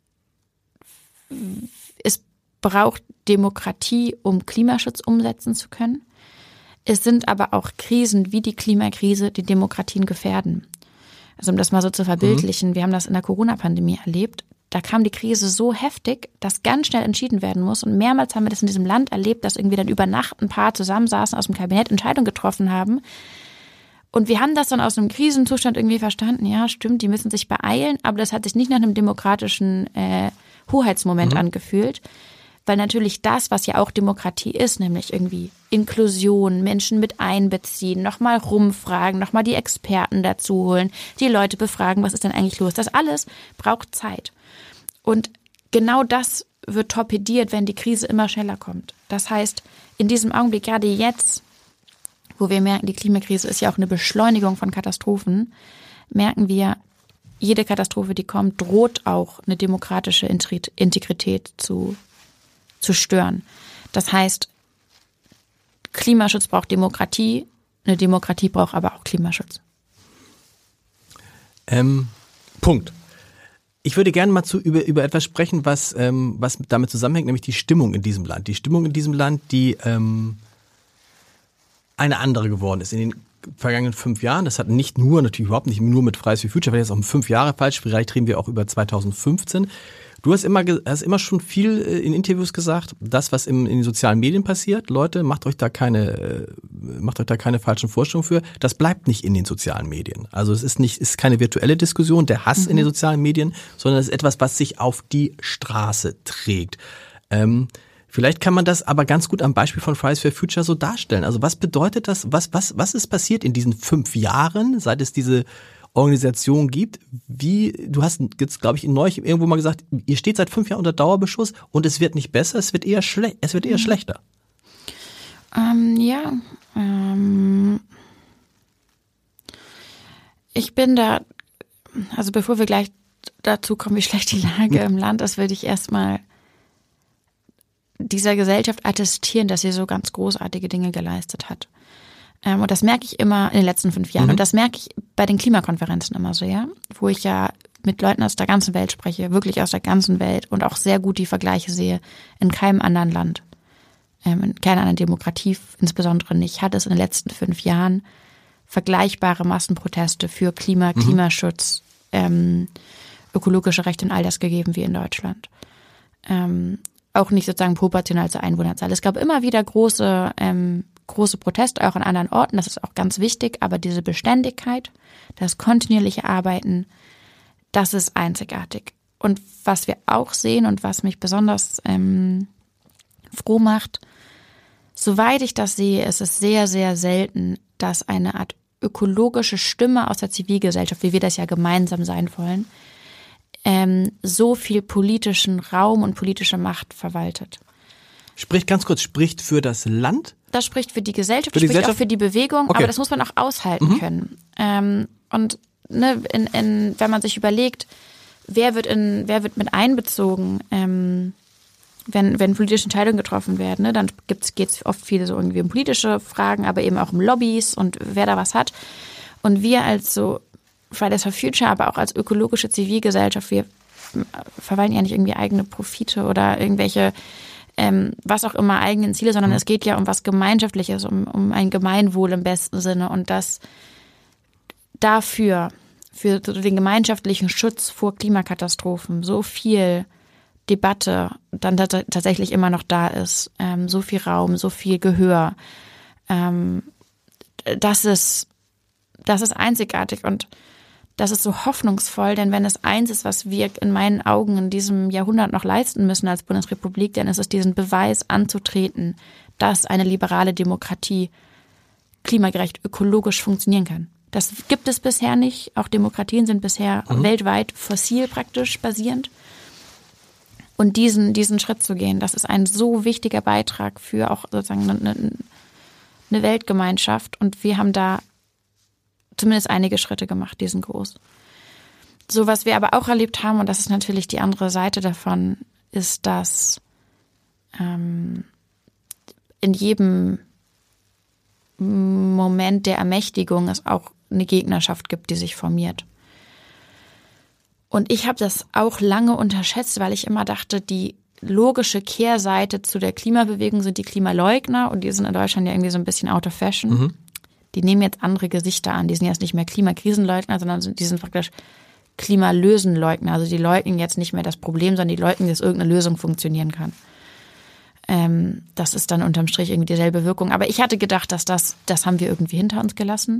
es braucht Demokratie, um Klimaschutz umsetzen zu können. Es sind aber auch Krisen wie die Klimakrise, die Demokratien gefährden. Also um das mal so zu verbildlichen, mhm. wir haben das in der Corona-Pandemie erlebt. Da kam die Krise so heftig, dass ganz schnell entschieden werden muss. Und mehrmals haben wir das in diesem Land erlebt, dass irgendwie dann über Nacht ein paar zusammensaßen, aus dem Kabinett Entscheidungen getroffen haben. Und wir haben das dann aus einem Krisenzustand irgendwie verstanden. Ja, stimmt, die müssen sich beeilen. Aber das hat sich nicht nach einem demokratischen äh, Hoheitsmoment mhm. angefühlt. Weil natürlich das, was ja auch Demokratie ist, nämlich irgendwie Inklusion, Menschen mit einbeziehen, nochmal rumfragen, nochmal die Experten dazu holen, die Leute befragen, was ist denn eigentlich los? Das alles braucht Zeit. Und genau das wird torpediert, wenn die Krise immer schneller kommt. Das heißt, in diesem Augenblick, gerade jetzt, wo wir merken, die Klimakrise ist ja auch eine Beschleunigung von Katastrophen, merken wir, jede Katastrophe, die kommt, droht auch eine demokratische Integrität zu, zu stören. Das heißt, Klimaschutz braucht Demokratie, eine Demokratie braucht aber auch Klimaschutz. Ähm, Punkt. Ich würde gerne mal zu, über, über etwas sprechen, was, ähm, was damit zusammenhängt, nämlich die Stimmung in diesem Land. Die Stimmung in diesem Land, die ähm, eine andere geworden ist. In den vergangenen fünf Jahren, das hat nicht nur, natürlich überhaupt nicht nur mit Fridays for Future, weil jetzt auch um fünf Jahre falsch, vielleicht reden wir auch über zweitausendfünfzehn. Du hast immer, hast immer schon viel in Interviews gesagt, das, was im, in den sozialen Medien passiert, Leute, macht euch da keine, macht euch da keine falschen Vorstellungen für, das bleibt nicht in den sozialen Medien. Also es ist nicht, ist keine virtuelle Diskussion, der Hass mhm. in den sozialen Medien, sondern es ist etwas, was sich auf die Straße trägt. Ähm, Vielleicht kann man das aber ganz gut am Beispiel von Fridays for Future so darstellen. Also was bedeutet das, was, was, was ist passiert in diesen fünf Jahren, seit es diese Organisation gibt? Wie, du hast jetzt, glaube ich, neulich irgendwo mal gesagt, ihr steht seit fünf Jahren unter Dauerbeschuss und es wird nicht besser, es wird eher schlecht, es wird eher schlechter. Ähm, ja, ähm, ich bin da, also bevor wir gleich dazu kommen, wie schlecht die Lage im Land ist, würde ich erstmal dieser Gesellschaft attestieren, dass sie so ganz großartige Dinge geleistet hat. Ähm, und das merke ich immer in den letzten fünf Jahren. Mhm. Und das merke ich bei den Klimakonferenzen immer sehr, wo ich ja mit Leuten aus der ganzen Welt spreche, wirklich aus der ganzen Welt und auch sehr gut die Vergleiche sehe. In keinem anderen Land, ähm, in keiner anderen Demokratie insbesondere nicht, hat es in den letzten fünf Jahren vergleichbare Massenproteste für Klima, mhm. Klimaschutz, ähm, ökologische Rechte und all das gegeben wie in Deutschland. Ähm, auch nicht sozusagen proportional zur Einwohnerzahl. Es gab immer wieder große, ähm, große Proteste, auch an anderen Orten, das ist auch ganz wichtig, aber diese Beständigkeit, das kontinuierliche Arbeiten, das ist einzigartig. Und was wir auch sehen und was mich besonders ähm, froh macht, soweit ich das sehe, ist es sehr, sehr selten, dass eine Art ökologische Stimme aus der Zivilgesellschaft, wie wir das ja gemeinsam sein wollen, ähm, so viel politischen Raum und politische Macht verwaltet. Spricht ganz kurz, spricht für das Land? Das spricht für die Gesellschaft, für die spricht Gesellschaft? auch für die Bewegung, okay. Aber das muss man auch aushalten mhm. können. Ähm, und ne, in, in, wenn man sich überlegt, wer wird in, wer wird mit einbezogen, ähm, wenn, wenn politische Entscheidungen getroffen werden, ne, dann geht es oft viele so irgendwie um politische Fragen, aber eben auch um Lobbys und wer da was hat. Und wir als so Fridays for Future, aber auch als ökologische Zivilgesellschaft, wir verwalten ja nicht irgendwie eigene Profite oder irgendwelche, ähm, was auch immer, eigenen Ziele, sondern mhm. es geht ja um was Gemeinschaftliches, um, um ein Gemeinwohl im besten Sinne und das dafür, für den gemeinschaftlichen Schutz vor Klimakatastrophen so viel Debatte dann t- tatsächlich immer noch da ist, ähm, so viel Raum, so viel Gehör, ähm, das ist, das ist einzigartig und das ist so hoffnungsvoll, denn wenn es eins ist, was wir in meinen Augen in diesem Jahrhundert noch leisten müssen als Bundesrepublik, dann ist es diesen Beweis anzutreten, dass eine liberale Demokratie klimagerecht ökologisch funktionieren kann. Das gibt es bisher nicht. Auch Demokratien sind bisher mhm. weltweit fossil praktisch basierend. Und diesen, diesen Schritt zu gehen, das ist ein so wichtiger Beitrag für auch sozusagen eine, eine Weltgemeinschaft. Und wir haben da zumindest einige Schritte gemacht, die sind groß. So, was wir aber auch erlebt haben, und das ist natürlich die andere Seite davon, ist, dass ähm, in jedem Moment der Ermächtigung es auch eine Gegnerschaft gibt, die sich formiert. Und ich habe das auch lange unterschätzt, weil ich immer dachte, die logische Kehrseite zu der Klimabewegung sind die Klimaleugner und die sind in Deutschland ja irgendwie so ein bisschen out of fashion. Mhm. Die nehmen jetzt andere Gesichter an. Die sind jetzt nicht mehr Klimakrisenleugner, sondern die sind praktisch Klimalösenleugner. Also die leugnen jetzt nicht mehr das Problem, sondern die leugnen, dass irgendeine Lösung funktionieren kann. Ähm, das ist dann unterm Strich irgendwie dieselbe Wirkung. Aber ich hatte gedacht, dass das, das haben wir irgendwie hinter uns gelassen.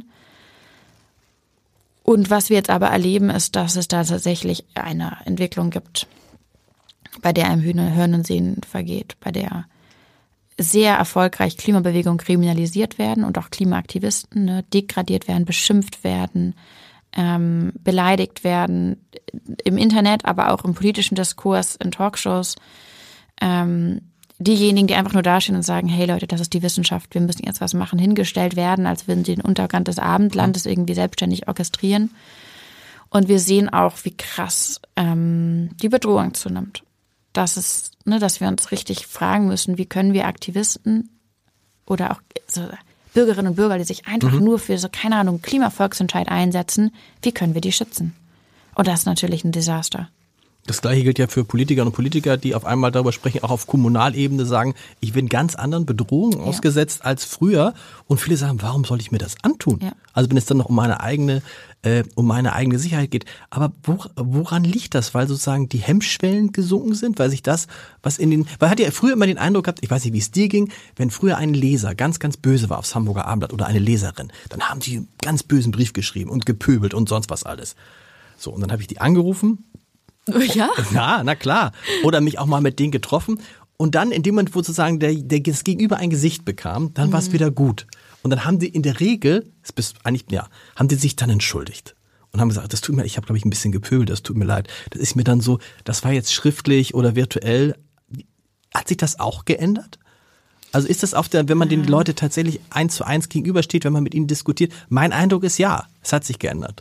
Und was wir jetzt aber erleben, ist, dass es da tatsächlich eine Entwicklung gibt bei der einem Hören und Sehen vergeht, bei der sehr erfolgreich Klimabewegung kriminalisiert werden und auch Klimaaktivisten ne, degradiert werden, beschimpft werden, ähm, beleidigt werden, im Internet, aber auch im politischen Diskurs, in Talkshows. Ähm, diejenigen, die einfach nur dastehen und sagen, hey Leute, das ist die Wissenschaft, wir müssen jetzt was machen, hingestellt werden, als würden sie den Untergang des Abendlandes irgendwie selbstständig orchestrieren. Und wir sehen auch, wie krass ähm, die Bedrohung zunimmt. Dass es, ne, dass wir uns richtig fragen müssen, wie können wir Aktivisten oder auch so Bürgerinnen und Bürger, die sich einfach mhm. nur für so, keine Ahnung, Klimavolksentscheid einsetzen, wie können wir die schützen? Und das ist natürlich ein Desaster. Das Gleiche gilt ja für Politikerinnen und Politiker, die auf einmal darüber sprechen, auch auf Kommunalebene sagen, ich bin ganz anderen Bedrohungen ja. ausgesetzt als früher. Und viele sagen, warum soll ich mir das antun? Ja. Also wenn es dann noch um meine eigene, äh, um meine eigene Sicherheit geht. Aber wo, woran liegt das? Weil sozusagen die Hemmschwellen gesunken sind? Weil sich das, was in den, weil hat ja früher immer den Eindruck gehabt, ich weiß nicht, wie es dir ging, wenn früher ein Leser ganz, ganz böse war aufs Hamburger Abendblatt oder eine Leserin, dann haben die einen ganz bösen Brief geschrieben und gepöbelt und sonst was alles. So, und dann habe ich die angerufen. Ja? Ja, na klar. Oder mich auch mal mit denen getroffen. Und dann in dem Moment, wo sozusagen der, der das Gegenüber ein Gesicht bekam, dann mhm. war es wieder gut. Und dann haben die in der Regel, das bist eigentlich, ja, haben die sich dann entschuldigt. Und haben gesagt, das tut mir, ich habe glaube ich ein bisschen gepöbelt, das tut mir leid. Das ist mir dann so, das war jetzt schriftlich oder virtuell. Hat sich das auch geändert? Also ist das auf der, wenn man den Leuten tatsächlich eins zu eins gegenübersteht, wenn man mit ihnen diskutiert? Mein Eindruck ist ja, es hat sich geändert.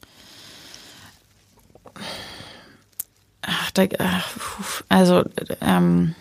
Ach, da, also ähm,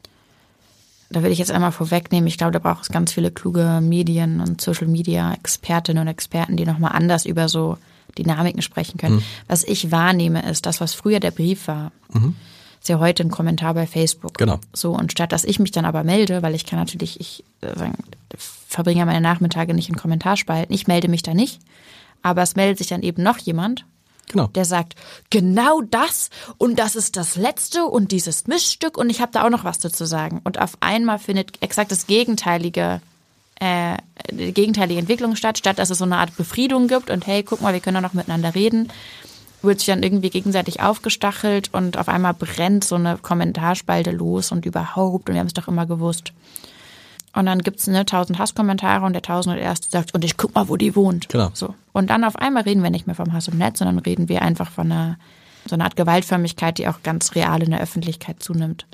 da will ich jetzt einmal vorwegnehmen, ich glaube, da braucht es ganz viele kluge Medien- und Social-Media-Expertinnen und Experten, die nochmal anders über so Dynamiken sprechen können. Mhm. Was ich wahrnehme, ist das, was früher der Brief war, mhm. ist ja heute ein Kommentar bei Facebook. Genau. So, und statt dass ich mich dann aber melde, weil ich kann natürlich, ich äh, sagen, verbringe meine Nachmittage nicht in Kommentarspalten, ich melde mich da nicht, aber es meldet sich dann eben noch jemand, genau. der sagt, genau das und das ist das Letzte und dieses Missstück und ich habe da auch noch was dazu sagen. Und auf einmal findet exakt das gegenteilige, äh, die gegenteilige Entwicklung statt, statt dass es so eine Art Befriedung gibt und hey, guck mal, wir können da noch miteinander reden, wird sich dann irgendwie gegenseitig aufgestachelt und auf einmal brennt so eine Kommentarspalte los und überhaupt und wir haben es doch immer gewusst. Und dann gibt's ne tausend Hasskommentare und der tausend erste sagt, und ich guck mal, wo die wohnt. Genau. So. Und dann auf einmal reden wir nicht mehr vom Hass im Netz, sondern reden wir einfach von einer, so einer Art Gewaltförmigkeit, die auch ganz real in der Öffentlichkeit zunimmt.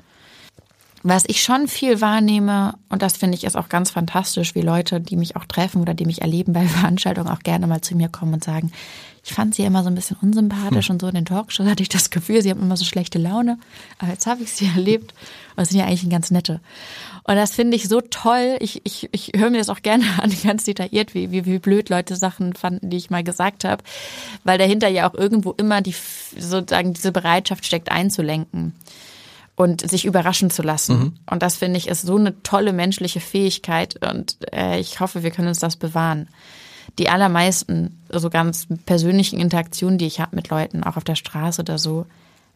Was ich schon viel wahrnehme, und das finde ich ist auch ganz fantastisch, wie Leute, die mich auch treffen oder die mich erleben bei Veranstaltungen, auch gerne mal zu mir kommen und sagen, ich fand sie immer so ein bisschen unsympathisch hm. und so in den Talkshows hatte ich das Gefühl, sie haben immer so schlechte Laune, aber jetzt habe ich sie erlebt und sind ja eigentlich ein ganz nette. Und das finde ich so toll. Ich, ich, ich höre mir das auch gerne an, ganz detailliert, wie, wie, wie blöd Leute Sachen fanden, die ich mal gesagt habe. Weil dahinter ja auch irgendwo immer die sozusagen diese Bereitschaft steckt, einzulenken und sich überraschen zu lassen. Mhm. Und das finde ich ist so eine tolle menschliche Fähigkeit. Und äh, ich hoffe, wir können uns das bewahren. Die allermeisten so ganz persönlichen Interaktionen, die ich habe mit Leuten, auch auf der Straße oder so,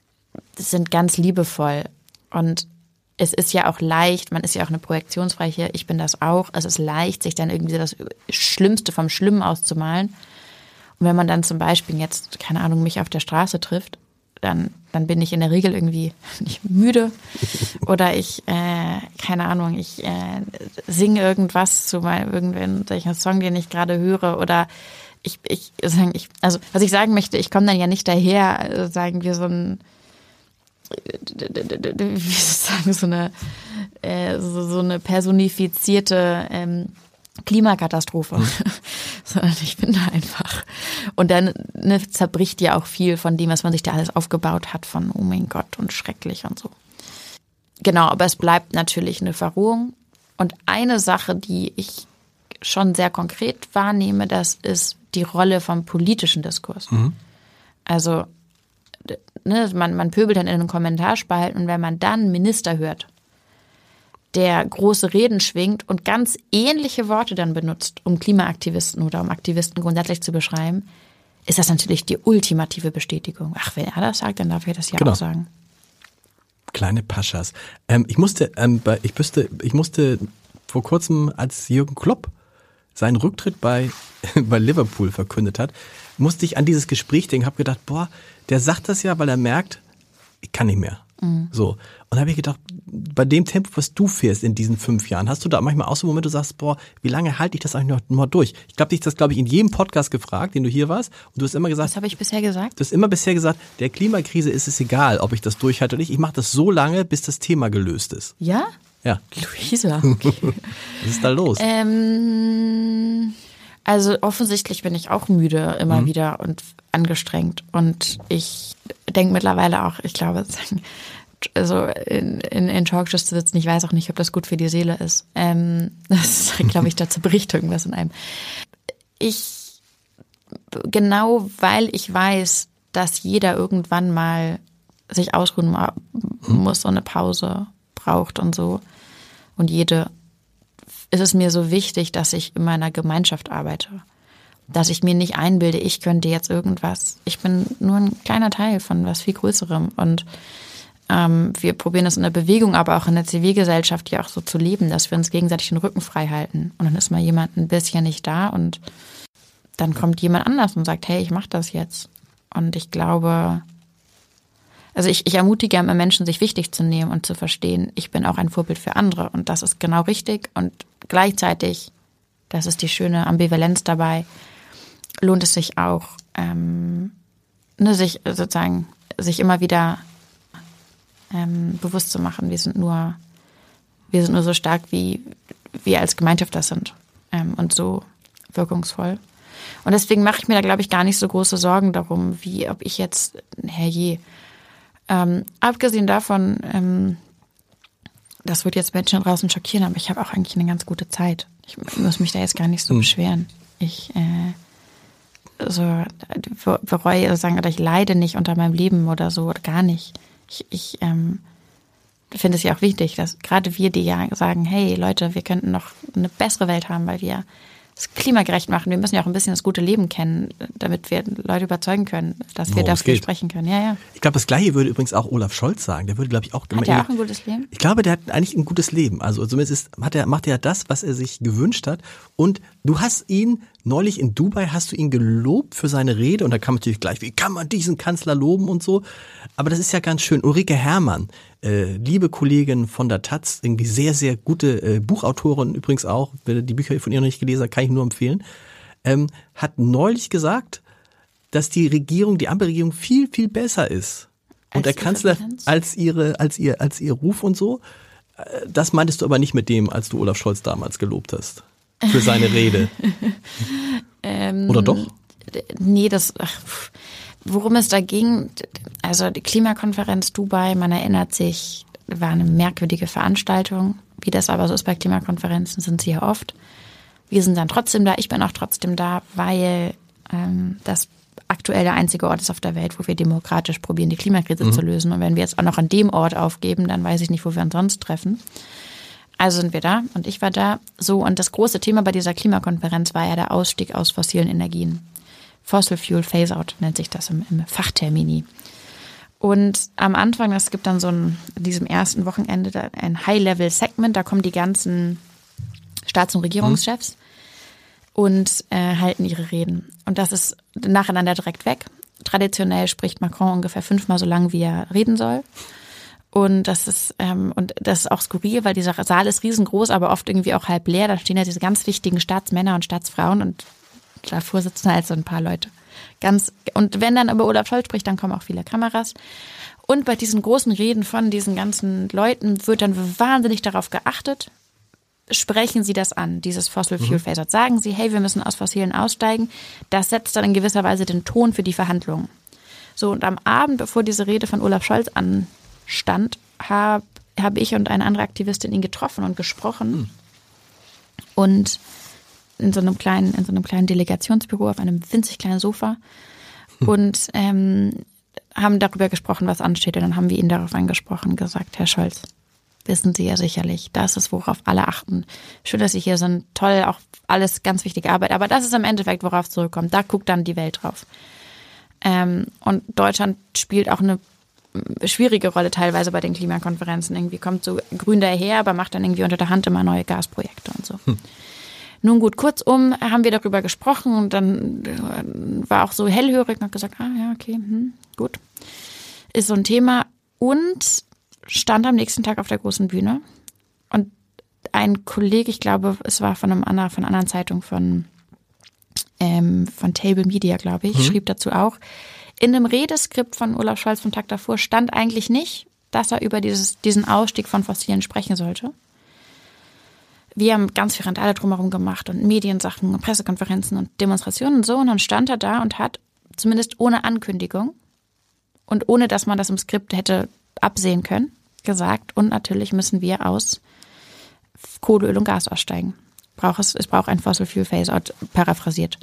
sind ganz liebevoll. Und es ist ja auch leicht, man ist ja auch eine Projektionsfreiheit, ich bin das auch, es ist leicht, sich dann irgendwie das Schlimmste vom Schlimmen auszumalen. Und wenn man dann zum Beispiel jetzt, keine Ahnung, mich auf der Straße trifft, dann, dann bin ich in der Regel irgendwie nicht müde oder ich, äh, keine Ahnung, ich äh, singe irgendwas zu meinem irgendwelchen Song, den ich gerade höre oder ich, ich, ich, also was ich sagen möchte, ich komme dann ja nicht daher, sagen wir so ein wie soll ich sagen, so eine, äh, so, so eine personifizierte ähm, Klimakatastrophe, mhm. sondern ich bin da einfach. Und dann ne, zerbricht ja auch viel von dem, was man sich da alles aufgebaut hat, von oh mein Gott und schrecklich und so. Genau, aber es bleibt natürlich eine Verrohung. Und eine Sache, die ich schon sehr konkret wahrnehme, das ist die Rolle vom politischen Diskurs. Mhm. Also Ne, man, man pöbelt dann in den Kommentarspalten und wenn man dann einen Minister hört, der große Reden schwingt und ganz ähnliche Worte dann benutzt, um Klimaaktivisten oder um Aktivisten grundsätzlich zu beschreiben, ist das natürlich die ultimative Bestätigung. Ach, wenn er das sagt, dann darf ich das ja genau. auch sagen. Kleine Paschas. Ähm, ich musste, ähm, bei, ich müsste, ich musste vor kurzem, als Jürgen Klopp seinen Rücktritt bei, bei Liverpool verkündet hat, musste ich an dieses Gespräch denken, habe gedacht, boah, der sagt das ja, weil er merkt, ich kann nicht mehr. Mhm. So. Und da habe ich gedacht, bei dem Tempo, was du fährst in diesen fünf Jahren, hast du da manchmal auch so Momente, du sagst, boah, wie lange halte ich das eigentlich noch mal durch? Ich glaube, dich das, glaube ich, in jedem Podcast gefragt, den du hier warst. Und du hast immer gesagt. Was habe ich bisher gesagt? Du hast immer bisher gesagt, der Klimakrise ist es egal, ob ich das durchhalte oder nicht. Ich mache das so lange, bis das Thema gelöst ist. Ja? Ja. Luisa, okay. Was ist da los? Ähm, also offensichtlich bin ich auch müde immer mhm. wieder und angestrengt. Und ich denke mittlerweile auch, ich glaube, also in, in, in Talkshows zu sitzen, ich weiß auch nicht, ob das gut für die Seele ist. Ähm, das glaube ich, dazu bericht irgendwas in einem. Ich, genau weil ich weiß, dass jeder irgendwann mal sich ausruhen muss, so eine Pause braucht und so. Und jede, ist es mir so wichtig, dass ich in meiner Gemeinschaft arbeite. Dass ich mir nicht einbilde, ich könnte jetzt irgendwas. Ich bin nur ein kleiner Teil von was viel Größerem. Und ähm, wir probieren das in der Bewegung, aber auch in der Zivilgesellschaft ja auch so zu leben, dass wir uns gegenseitig den Rücken frei halten. Und dann ist mal jemand ein bisschen nicht da und dann kommt jemand anders und sagt, hey, ich mache das jetzt. Und ich glaube, also ich, ich ermutige immer Menschen, sich wichtig zu nehmen und zu verstehen, ich bin auch ein Vorbild für andere. Und das ist genau richtig. Und gleichzeitig, das ist die schöne Ambivalenz dabei, lohnt es sich auch, ähm, ne, sich sozusagen, sich immer wieder ähm, bewusst zu machen, wir sind nur, wir sind nur so stark, wie wir als Gemeinschaft das sind, ähm, und so wirkungsvoll. Und deswegen mache ich mir da, glaube ich, gar nicht so große Sorgen darum, wie ob ich jetzt, herrje, ähm, abgesehen davon, ähm, das wird jetzt Menschen draußen schockieren, aber ich habe auch eigentlich eine ganz gute Zeit. Ich muss mich da jetzt gar nicht so beschweren. Ich äh, so bereue sagen, oder ich leide nicht unter meinem Leben oder so, oder gar nicht. Ich, ich ähm, finde es ja auch wichtig, dass gerade wir, die ja sagen, hey Leute, wir könnten noch eine bessere Welt haben, weil wir es klimagerecht machen. Wir müssen ja auch ein bisschen das gute Leben kennen, damit wir Leute überzeugen können, dass wir dafür sprechen können. Ja, ja. Ich glaube, das Gleiche würde übrigens auch Olaf Scholz sagen. Der würde, glaube ich, auch... Hat er auch ein gutes Leben? Ich glaube, der hat eigentlich ein gutes Leben. Also zumindest ist, hat er, macht er ja das, was er sich gewünscht hat. Und du hast ihn, neulich in Dubai, hast du ihn gelobt für seine Rede. Und da kam natürlich gleich, wie kann man diesen Kanzler loben und so. Aber das ist ja ganz schön. Ulrike Herrmann, äh, liebe Kollegin von der Taz, irgendwie sehr, sehr gute äh, Buchautorin übrigens auch. Wer die Bücher von ihr noch nicht gelesen hat, kann ich nur empfehlen. Ähm, hat neulich gesagt, dass die Regierung, die Ampelregierung viel, viel besser ist. Und der Kanzler als ihre, als ihr, als ihr Ruf und so. Das meintest du aber nicht mit dem, als du Olaf Scholz damals gelobt hast. Für seine Rede. ähm, Oder doch? Nee, das, ach, worum es da ging, also die Klimakonferenz Dubai, man erinnert sich, war eine merkwürdige Veranstaltung. Wie das aber so ist bei Klimakonferenzen, sind sie ja oft. Wir sind dann trotzdem da, ich bin auch trotzdem da, weil ähm, das aktuell der einzige Ort ist auf der Welt, wo wir demokratisch probieren, die Klimakrise mhm. zu lösen. Und wenn wir jetzt auch noch an dem Ort aufgeben, dann weiß ich nicht, wo wir uns sonst treffen. Also sind wir da und ich war da. So, und das große Thema bei dieser Klimakonferenz war ja der Ausstieg aus fossilen Energien. Fossil Fuel Phase-Out nennt sich das im, im Fachtermini. Und am Anfang, es gibt dann so ein, in diesem ersten Wochenende ein High-Level-Segment, da kommen die ganzen Staats- und Regierungschefs mhm. und äh, halten ihre Reden. Und das ist nacheinander direkt weg. Traditionell spricht Macron ungefähr fünfmal so lang, wie er reden soll. Und das ist ähm, und das ist auch skurril, weil dieser Saal ist riesengroß, aber oft irgendwie auch halb leer. Da stehen ja diese ganz wichtigen Staatsmänner und Staatsfrauen und davor sitzen halt so ein paar Leute. Ganz, und wenn dann über Olaf Scholz spricht, dann kommen auch viele Kameras. Und bei diesen großen Reden von diesen ganzen Leuten wird dann wahnsinnig darauf geachtet, sprechen sie das an, dieses Fossil Fuel Phase-Out. Sagen sie, hey, wir müssen aus Fossilen aussteigen. Das setzt dann in gewisser Weise den Ton für die Verhandlungen. So, und am Abend, bevor diese Rede von Olaf Scholz anstand, habe hab ich und eine andere Aktivistin ihn getroffen und gesprochen. Mhm. Und in so einem kleinen, in so einem kleinen Delegationsbüro auf einem winzig kleinen Sofa und ähm, haben darüber gesprochen, was ansteht. Und dann haben wir ihn darauf angesprochen, gesagt, Herr Scholz, wissen Sie ja sicherlich, das ist, worauf alle achten. Schön, dass Sie hier sind, toll, auch alles ganz wichtige Arbeit. Aber das ist im Endeffekt, worauf es zurückkommt. Da guckt dann die Welt drauf. Ähm, und Deutschland spielt auch eine schwierige Rolle teilweise bei den Klimakonferenzen. Irgendwie kommt so grün daher, aber macht dann irgendwie unter der Hand immer neue Gasprojekte und so. Hm. Nun gut, kurzum haben wir darüber gesprochen und dann war auch so hellhörig und hat gesagt, ah ja, okay, hm, gut. Ist so ein Thema. Und stand am nächsten Tag auf der großen Bühne und ein Kollege, ich glaube, es war von einem anderen, von einer anderen Zeitung, von, ähm, von Table Media, glaube ich, mhm. schrieb dazu auch, in dem Redeskript von Olaf Scholz vom Tag davor stand eigentlich nicht, dass er über dieses, diesen Ausstieg von Fossilen sprechen sollte. Wir haben ganz viel Randale drumherum gemacht und Mediensachen und Pressekonferenzen und Demonstrationen und so. Und dann stand er da und hat, zumindest ohne Ankündigung und ohne, dass man das im Skript hätte absehen können, gesagt, und natürlich müssen wir aus Kohle, Öl und Gas aussteigen. Braucht es, es braucht ein Fossil Fuel Phase-Out, paraphrasiert.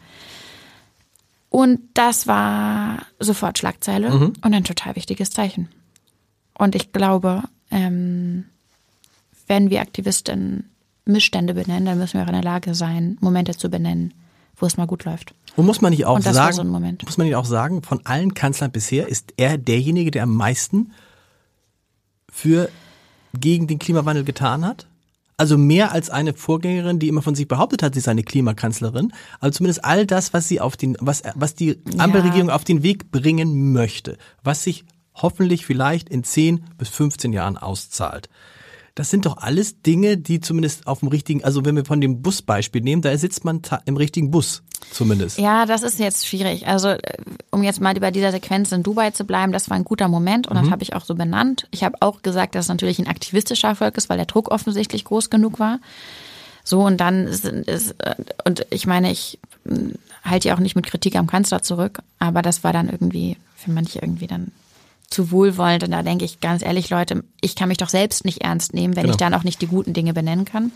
Und das war sofort Schlagzeile mhm. und ein total wichtiges Zeichen. Und ich glaube, ähm, wenn wir Aktivisten Missstände benennen, dann müssen wir auch in der Lage sein, Momente zu benennen, wo es mal gut läuft. Und muss man nicht auch und das sagen, war so ein Moment. muss man nicht auch sagen, von allen Kanzlern bisher ist er derjenige, der am meisten für gegen den Klimawandel getan hat? Also mehr als eine Vorgängerin, die immer von sich behauptet hat, sie sei eine Klimakanzlerin. Also zumindest all das, was sie auf den, was, was die Ampelregierung ja. auf den Weg bringen möchte, was sich hoffentlich vielleicht in zehn bis fünfzehn Jahren auszahlt. Das sind doch alles Dinge, die zumindest auf dem richtigen, also wenn wir von dem Busbeispiel nehmen, da sitzt man ta- im richtigen Bus zumindest. Ja, das ist jetzt schwierig. Also um jetzt mal bei dieser Sequenz in Dubai zu bleiben, das war ein guter Moment und mhm. das habe ich auch so benannt. Ich habe auch gesagt, dass es natürlich ein aktivistischer Erfolg ist, weil der Druck offensichtlich groß genug war. So, und dann ist, ist und ich meine, ich halte ja auch nicht mit Kritik am Kanzler zurück, aber das war dann irgendwie für manche irgendwie dann zu wohlwollend. Und da denke ich ganz ehrlich, Leute, ich kann mich doch selbst nicht ernst nehmen, wenn genau. ich dann auch nicht die guten Dinge benennen kann.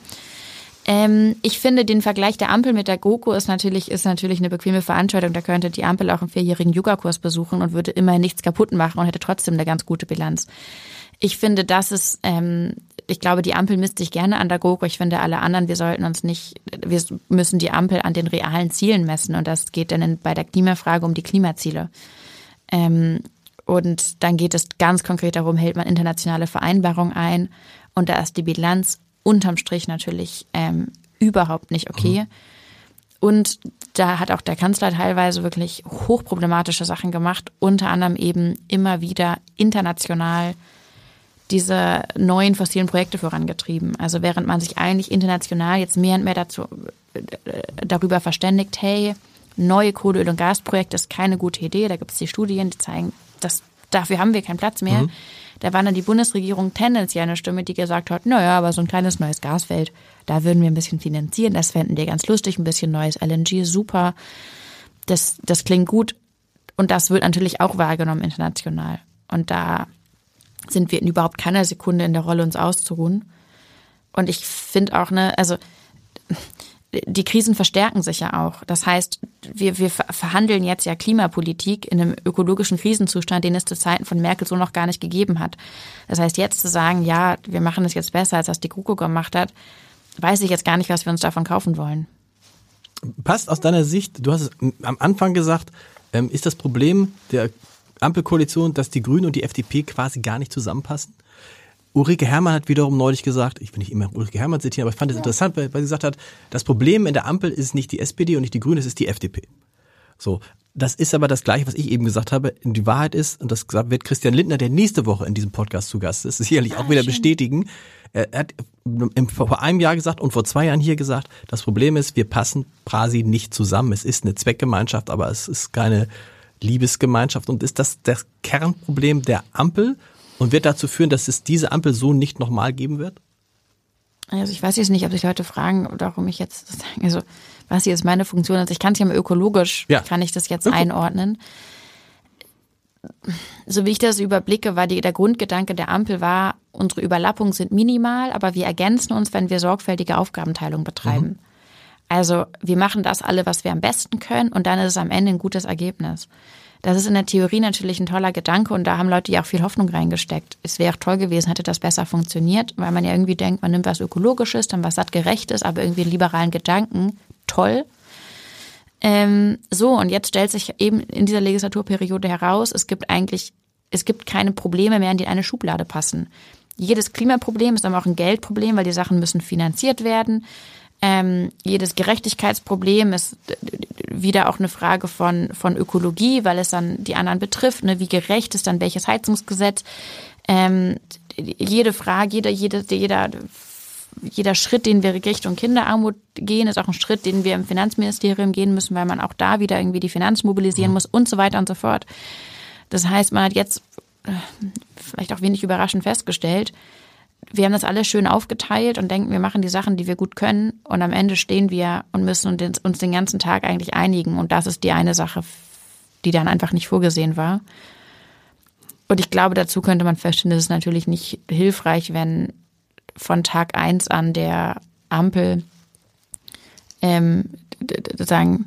Ähm, ich finde, den Vergleich der Ampel mit der GroKo ist natürlich, ist natürlich eine bequeme Veranstaltung. Da könnte die Ampel auch einen vierjährigen Yoga-Kurs besuchen und würde immerhin nichts kaputt machen und hätte trotzdem eine ganz gute Bilanz. Ich finde, das ist, ähm, ich glaube, die Ampel misst sich gerne an der GroKo. Ich finde, alle anderen, wir sollten uns nicht, wir müssen die Ampel an den realen Zielen messen. Und das geht dann in, bei der Klimafrage um die Klimaziele. Ähm, Und dann geht es ganz konkret darum, hält man internationale Vereinbarungen ein. Und da ist die Bilanz unterm Strich natürlich ähm, überhaupt nicht okay. Mhm. Und da hat auch der Kanzler teilweise wirklich hochproblematische Sachen gemacht. Unter anderem eben immer wieder international diese neuen fossilen Projekte vorangetrieben. Also während man sich eigentlich international jetzt mehr und mehr dazu, äh, darüber verständigt, hey, neue Kohle-, Öl- und Gasprojekte ist keine gute Idee. Da gibt es die Studien, die zeigen, das, dafür haben wir keinen Platz mehr. Mhm. Da war dann die Bundesregierung tendenziell eine Stimme, die gesagt hat, naja, aber so ein kleines neues Gasfeld, da würden wir ein bisschen finanzieren, das fänden wir ganz lustig, ein bisschen neues L N G, super, das, das klingt gut. Und das wird natürlich auch wahrgenommen international. Und da sind wir in überhaupt keiner Sekunde in der Rolle, uns auszuruhen. Und ich finde auch, ne, also die Krisen verstärken sich ja auch. Das heißt, wir, wir verhandeln jetzt ja Klimapolitik in einem ökologischen Krisenzustand, den es zu Zeiten von Merkel so noch gar nicht gegeben hat. Das heißt, jetzt zu sagen, ja, wir machen es jetzt besser, als das die GroKo gemacht hat, weiß ich jetzt gar nicht, was wir uns davon kaufen wollen. Passt aus deiner Sicht, du hast es am Anfang gesagt, ähm, ist das Problem der Ampelkoalition, dass die Grünen und die F D P quasi gar nicht zusammenpassen? Ulrike Herrmann hat wiederum neulich gesagt, ich will nicht immer Ulrike Herrmann zitieren, aber ich fand es ja. interessant, weil, weil sie gesagt hat, das Problem in der Ampel ist nicht die S P D und nicht die Grünen, es ist die F D P. So, das ist aber das Gleiche, was ich eben gesagt habe. Die Wahrheit ist, und das wird Christian Lindner, der nächste Woche in diesem Podcast zu Gast ist, sicherlich ah, auch wieder schön. bestätigen. Er hat vor einem Jahr gesagt und vor zwei Jahren hier gesagt, das Problem ist, wir passen quasi nicht zusammen. Es ist eine Zweckgemeinschaft, aber es ist keine Liebesgemeinschaft und ist das das Kernproblem der Ampel und wird dazu führen, dass es diese Ampel so nicht nochmal geben wird? Also ich weiß jetzt nicht, ob sich Leute fragen, warum ich jetzt, also was hier ist meine Funktion, also ich kann es ja mal ökologisch, ja. kann ich das jetzt Öko- einordnen. So wie ich das überblicke, war die, der Grundgedanke der Ampel war, unsere Überlappungen sind minimal, aber wir ergänzen uns, wenn wir sorgfältige Aufgabenteilung betreiben. Mhm. Also wir machen das alle, was wir am besten können und dann ist es am Ende ein gutes Ergebnis. Das ist in der Theorie natürlich ein toller Gedanke und da haben Leute ja auch viel Hoffnung reingesteckt. Es wäre auch toll gewesen, hätte das besser funktioniert, weil man ja irgendwie denkt, man nimmt was Ökologisches, dann was sattgerechtes, aber irgendwie einen liberalen Gedanken. Toll. Ähm, so, und jetzt stellt sich eben in dieser Legislaturperiode heraus, es gibt eigentlich, es gibt keine Probleme mehr, in die eine Schublade passen. Jedes Klimaproblem ist aber auch ein Geldproblem, weil die Sachen müssen finanziert werden. Ähm, jedes Gerechtigkeitsproblem ist wieder auch eine Frage von, von Ökologie, weil es dann die anderen betrifft. Ne? Wie gerecht ist dann welches Heizungsgesetz? Ähm, jede Frage, jeder, jeder, jeder, jeder Schritt, den wir Richtung Kinderarmut gehen, ist auch ein Schritt, den wir im Finanzministerium gehen müssen, weil man auch da wieder irgendwie die Finanzen mobilisieren muss und so weiter und so fort. Das heißt, man hat jetzt vielleicht auch wenig überraschend festgestellt, wir haben das alles schön aufgeteilt und denken, wir machen die Sachen, die wir gut können, und am Ende stehen wir und müssen uns den ganzen Tag eigentlich einigen, und das ist die eine Sache, die dann einfach nicht vorgesehen war. Und ich glaube, dazu könnte man feststellen, dass es natürlich nicht hilfreich, wenn von Tag eins an der Ampel ähm, sagen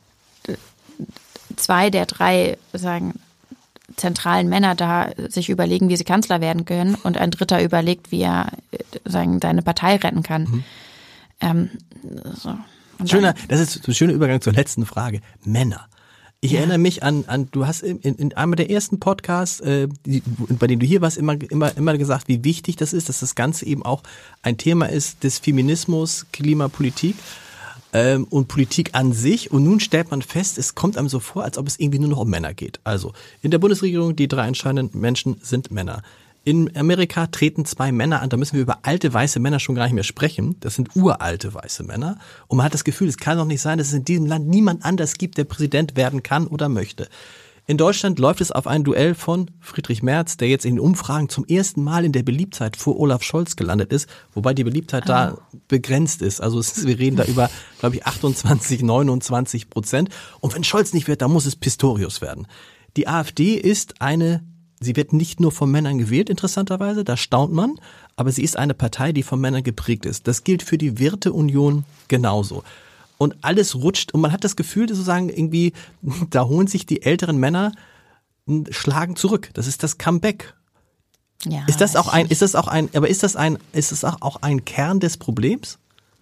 zwei der drei sagen zentralen Männer da sich überlegen, wie sie Kanzler werden können, und ein dritter überlegt, wie er sagen seine Partei retten kann. Mhm. Ähm, so. Schöner, das ist ein schöner Übergang zur letzten Frage. Männer. Ich ja. erinnere mich an, an du hast in, in einem der ersten Podcasts, äh, die, bei dem du hier warst, immer, immer, immer gesagt, wie wichtig das ist, dass das Ganze eben auch ein Thema ist des Feminismus, Klimapolitik ähm, und Politik an sich. Und nun stellt man fest, es kommt einem so vor, als ob es irgendwie nur noch um Männer geht. Also in der Bundesregierung, die drei entscheidenden Menschen sind Männer. In Amerika treten zwei Männer an, da müssen wir über alte weiße Männer schon gar nicht mehr sprechen. Das sind uralte weiße Männer. Und man hat das Gefühl, es kann doch nicht sein, dass es in diesem Land niemand anders gibt, der Präsident werden kann oder möchte. In Deutschland läuft es auf ein Duell von Friedrich Merz, der jetzt in den Umfragen zum ersten Mal in der Beliebtheit vor Olaf Scholz gelandet ist, wobei die Beliebtheit oh. da begrenzt ist. Also es ist, wir reden da über, glaube ich, achtundzwanzig, neunundzwanzig Prozent. Und wenn Scholz nicht wird, dann muss es Pistorius werden. Die AfD ist eine Sie wird nicht nur von Männern gewählt, interessanterweise, da staunt man, aber sie ist eine Partei, die von Männern geprägt ist. Das gilt für die Werteunion genauso. Und alles rutscht, und man hat das Gefühl, sozusagen irgendwie, da holen sich die älteren Männer, schlagen zurück. Das ist das Comeback. Ja, ist das auch ein, ist das auch ein, aber ist das ein, ist das auch ein Kern des Problems?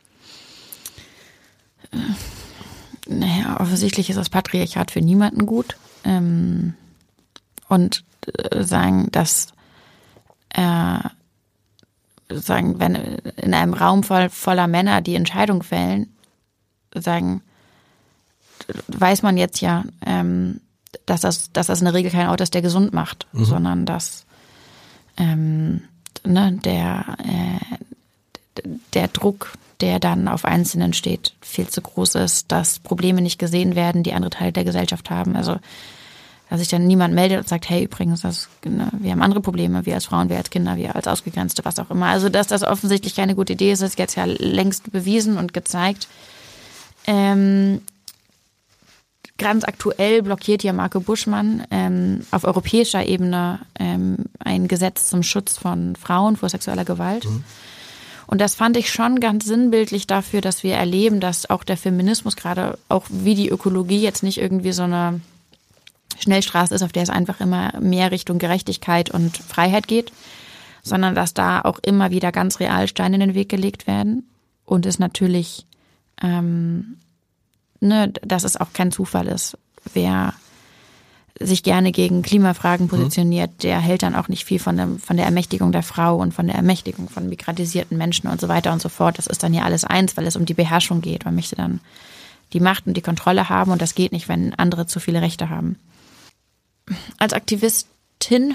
Naja, offensichtlich ist das Patriarchat für niemanden gut. Ähm, und sagen, dass äh, sagen, wenn in einem Raum voll, voller Männer die Entscheidung fällen, sagen, weiß man jetzt ja, ähm, dass das, dass das in der Regel kein Auto ist, der gesund macht, mhm. sondern dass ähm, ne, der äh, der Druck, der dann auf Einzelnen steht, viel zu groß ist, dass Probleme nicht gesehen werden, die andere Teile der Gesellschaft haben. Also dass sich dann niemand meldet und sagt, hey, übrigens, das, ne, wir haben andere Probleme, wir als Frauen, wir als Kinder, wir als Ausgegrenzte, was auch immer. Also dass das offensichtlich keine gute Idee ist, ist jetzt ja längst bewiesen und gezeigt. Ähm, ganz aktuell blockiert ja Marco Buschmann ähm, auf europäischer Ebene ähm, ein Gesetz zum Schutz von Frauen vor sexueller Gewalt. Mhm. Und das fand ich schon ganz sinnbildlich dafür, dass wir erleben, dass auch der Feminismus, gerade auch wie die Ökologie, jetzt nicht irgendwie so eine Schnellstraße ist, auf der es einfach immer mehr Richtung Gerechtigkeit und Freiheit geht, sondern dass da auch immer wieder ganz real Steine in den Weg gelegt werden und es natürlich, ähm, ne, dass es auch kein Zufall ist. Wer sich gerne gegen Klimafragen positioniert, der hält dann auch nicht viel von der, von der Ermächtigung der Frau und von der Ermächtigung von migrantisierten Menschen und so weiter und so fort. Das ist dann ja alles eins, weil es um die Beherrschung geht. Man möchte dann die Macht und die Kontrolle haben, und das geht nicht, wenn andere zu viele Rechte haben. Als Aktivistin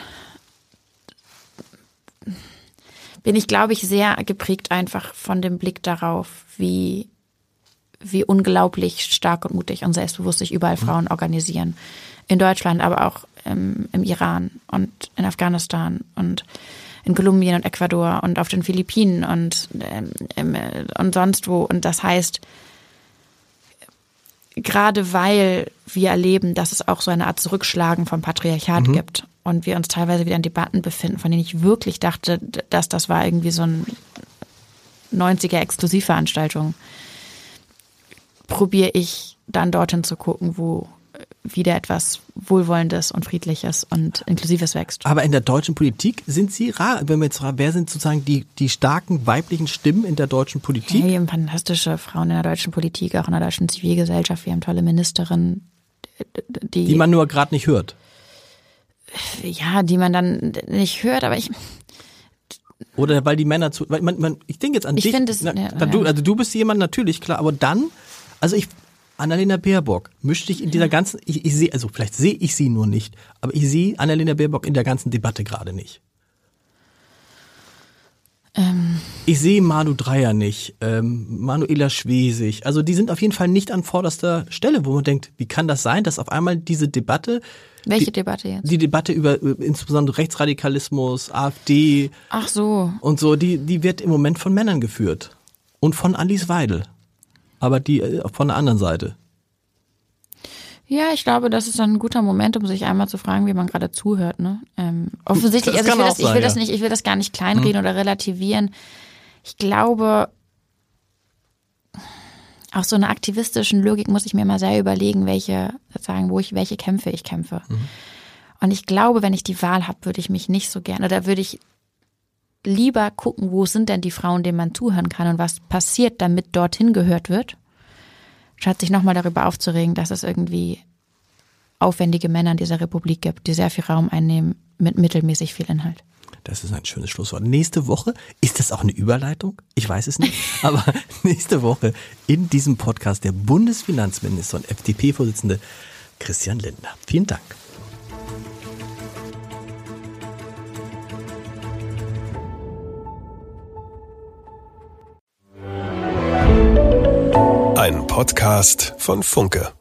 bin ich, glaube ich, sehr geprägt einfach von dem Blick darauf, wie, wie unglaublich stark und mutig und selbstbewusst sich überall Frauen organisieren. In Deutschland, aber auch im, im Iran und in Afghanistan und in Kolumbien und Ecuador und auf den Philippinen und, ähm, und sonst wo. Und das heißt, gerade weil wir erleben, dass es auch so eine Art Zurückschlagen vom Patriarchat mhm. gibt und wir uns teilweise wieder in Debatten befinden, von denen ich wirklich dachte, dass das war irgendwie so ein neunziger-Exklusivveranstaltung, probiere ich dann dorthin zu gucken, wo wieder etwas Wohlwollendes und Friedliches und Inklusives wächst. Aber in der deutschen Politik sind Sie rar, wenn wir jetzt fragen, wer sind sozusagen die, die starken weiblichen Stimmen in der deutschen Politik? Ja, wir haben fantastische Frauen in der deutschen Politik, auch in der deutschen Zivilgesellschaft. Wir haben tolle Ministerinnen, die... Die man nur gerade nicht hört. Ja, die man dann nicht hört, aber ich... Oder weil die Männer zu... Weil man, man, ich denke jetzt an ich dich. Find es, na, ja, du, ja. Also du bist jemand, natürlich, klar, aber dann... Also ich... Annalena Baerbock mischt sich in dieser ganzen, ich, ich sehe, also vielleicht sehe ich sie nur nicht, aber ich sehe Annalena Baerbock in der ganzen Debatte gerade nicht. Ähm. Ich sehe Manu Dreyer nicht, ähm, Manuela Schwesig. Also die sind auf jeden Fall nicht an vorderster Stelle, wo man denkt, wie kann das sein, dass auf einmal diese Debatte... Welche die, Debatte jetzt? Die Debatte über, über insbesondere Rechtsradikalismus, AfD... Ach so. Und so, die, die wird im Moment von Männern geführt. Und von Alice Weidel. Aber die äh, von der anderen Seite. Ja, ich glaube, das ist dann ein guter Moment, um sich einmal zu fragen, wie man gerade zuhört. Ne? Ähm, offensichtlich, Das also ich will, kann das, auch ich will sein, das ja. nicht, ich will das gar nicht kleinreden Mhm. oder relativieren. Ich glaube, aus so einer aktivistischen Logik muss ich mir mal sehr überlegen, welche, sozusagen, wo ich, welche Kämpfe ich kämpfe. Mhm. Und ich glaube, wenn ich die Wahl habe, würde ich mich nicht so gerne, oder würde ich lieber gucken, wo sind denn die Frauen, denen man zuhören kann und was passiert, damit dorthin gehört wird, statt sich nochmal darüber aufzuregen, dass es irgendwie aufwendige Männer in dieser Republik gibt, die sehr viel Raum einnehmen mit mittelmäßig viel Inhalt. Das ist ein schönes Schlusswort. Nächste Woche, ist das auch eine Überleitung? Ich weiß es nicht. Aber nächste Woche in diesem Podcast der Bundesfinanzminister und F D P-Vorsitzende Christian Lindner. Vielen Dank. Ein Podcast von Funke.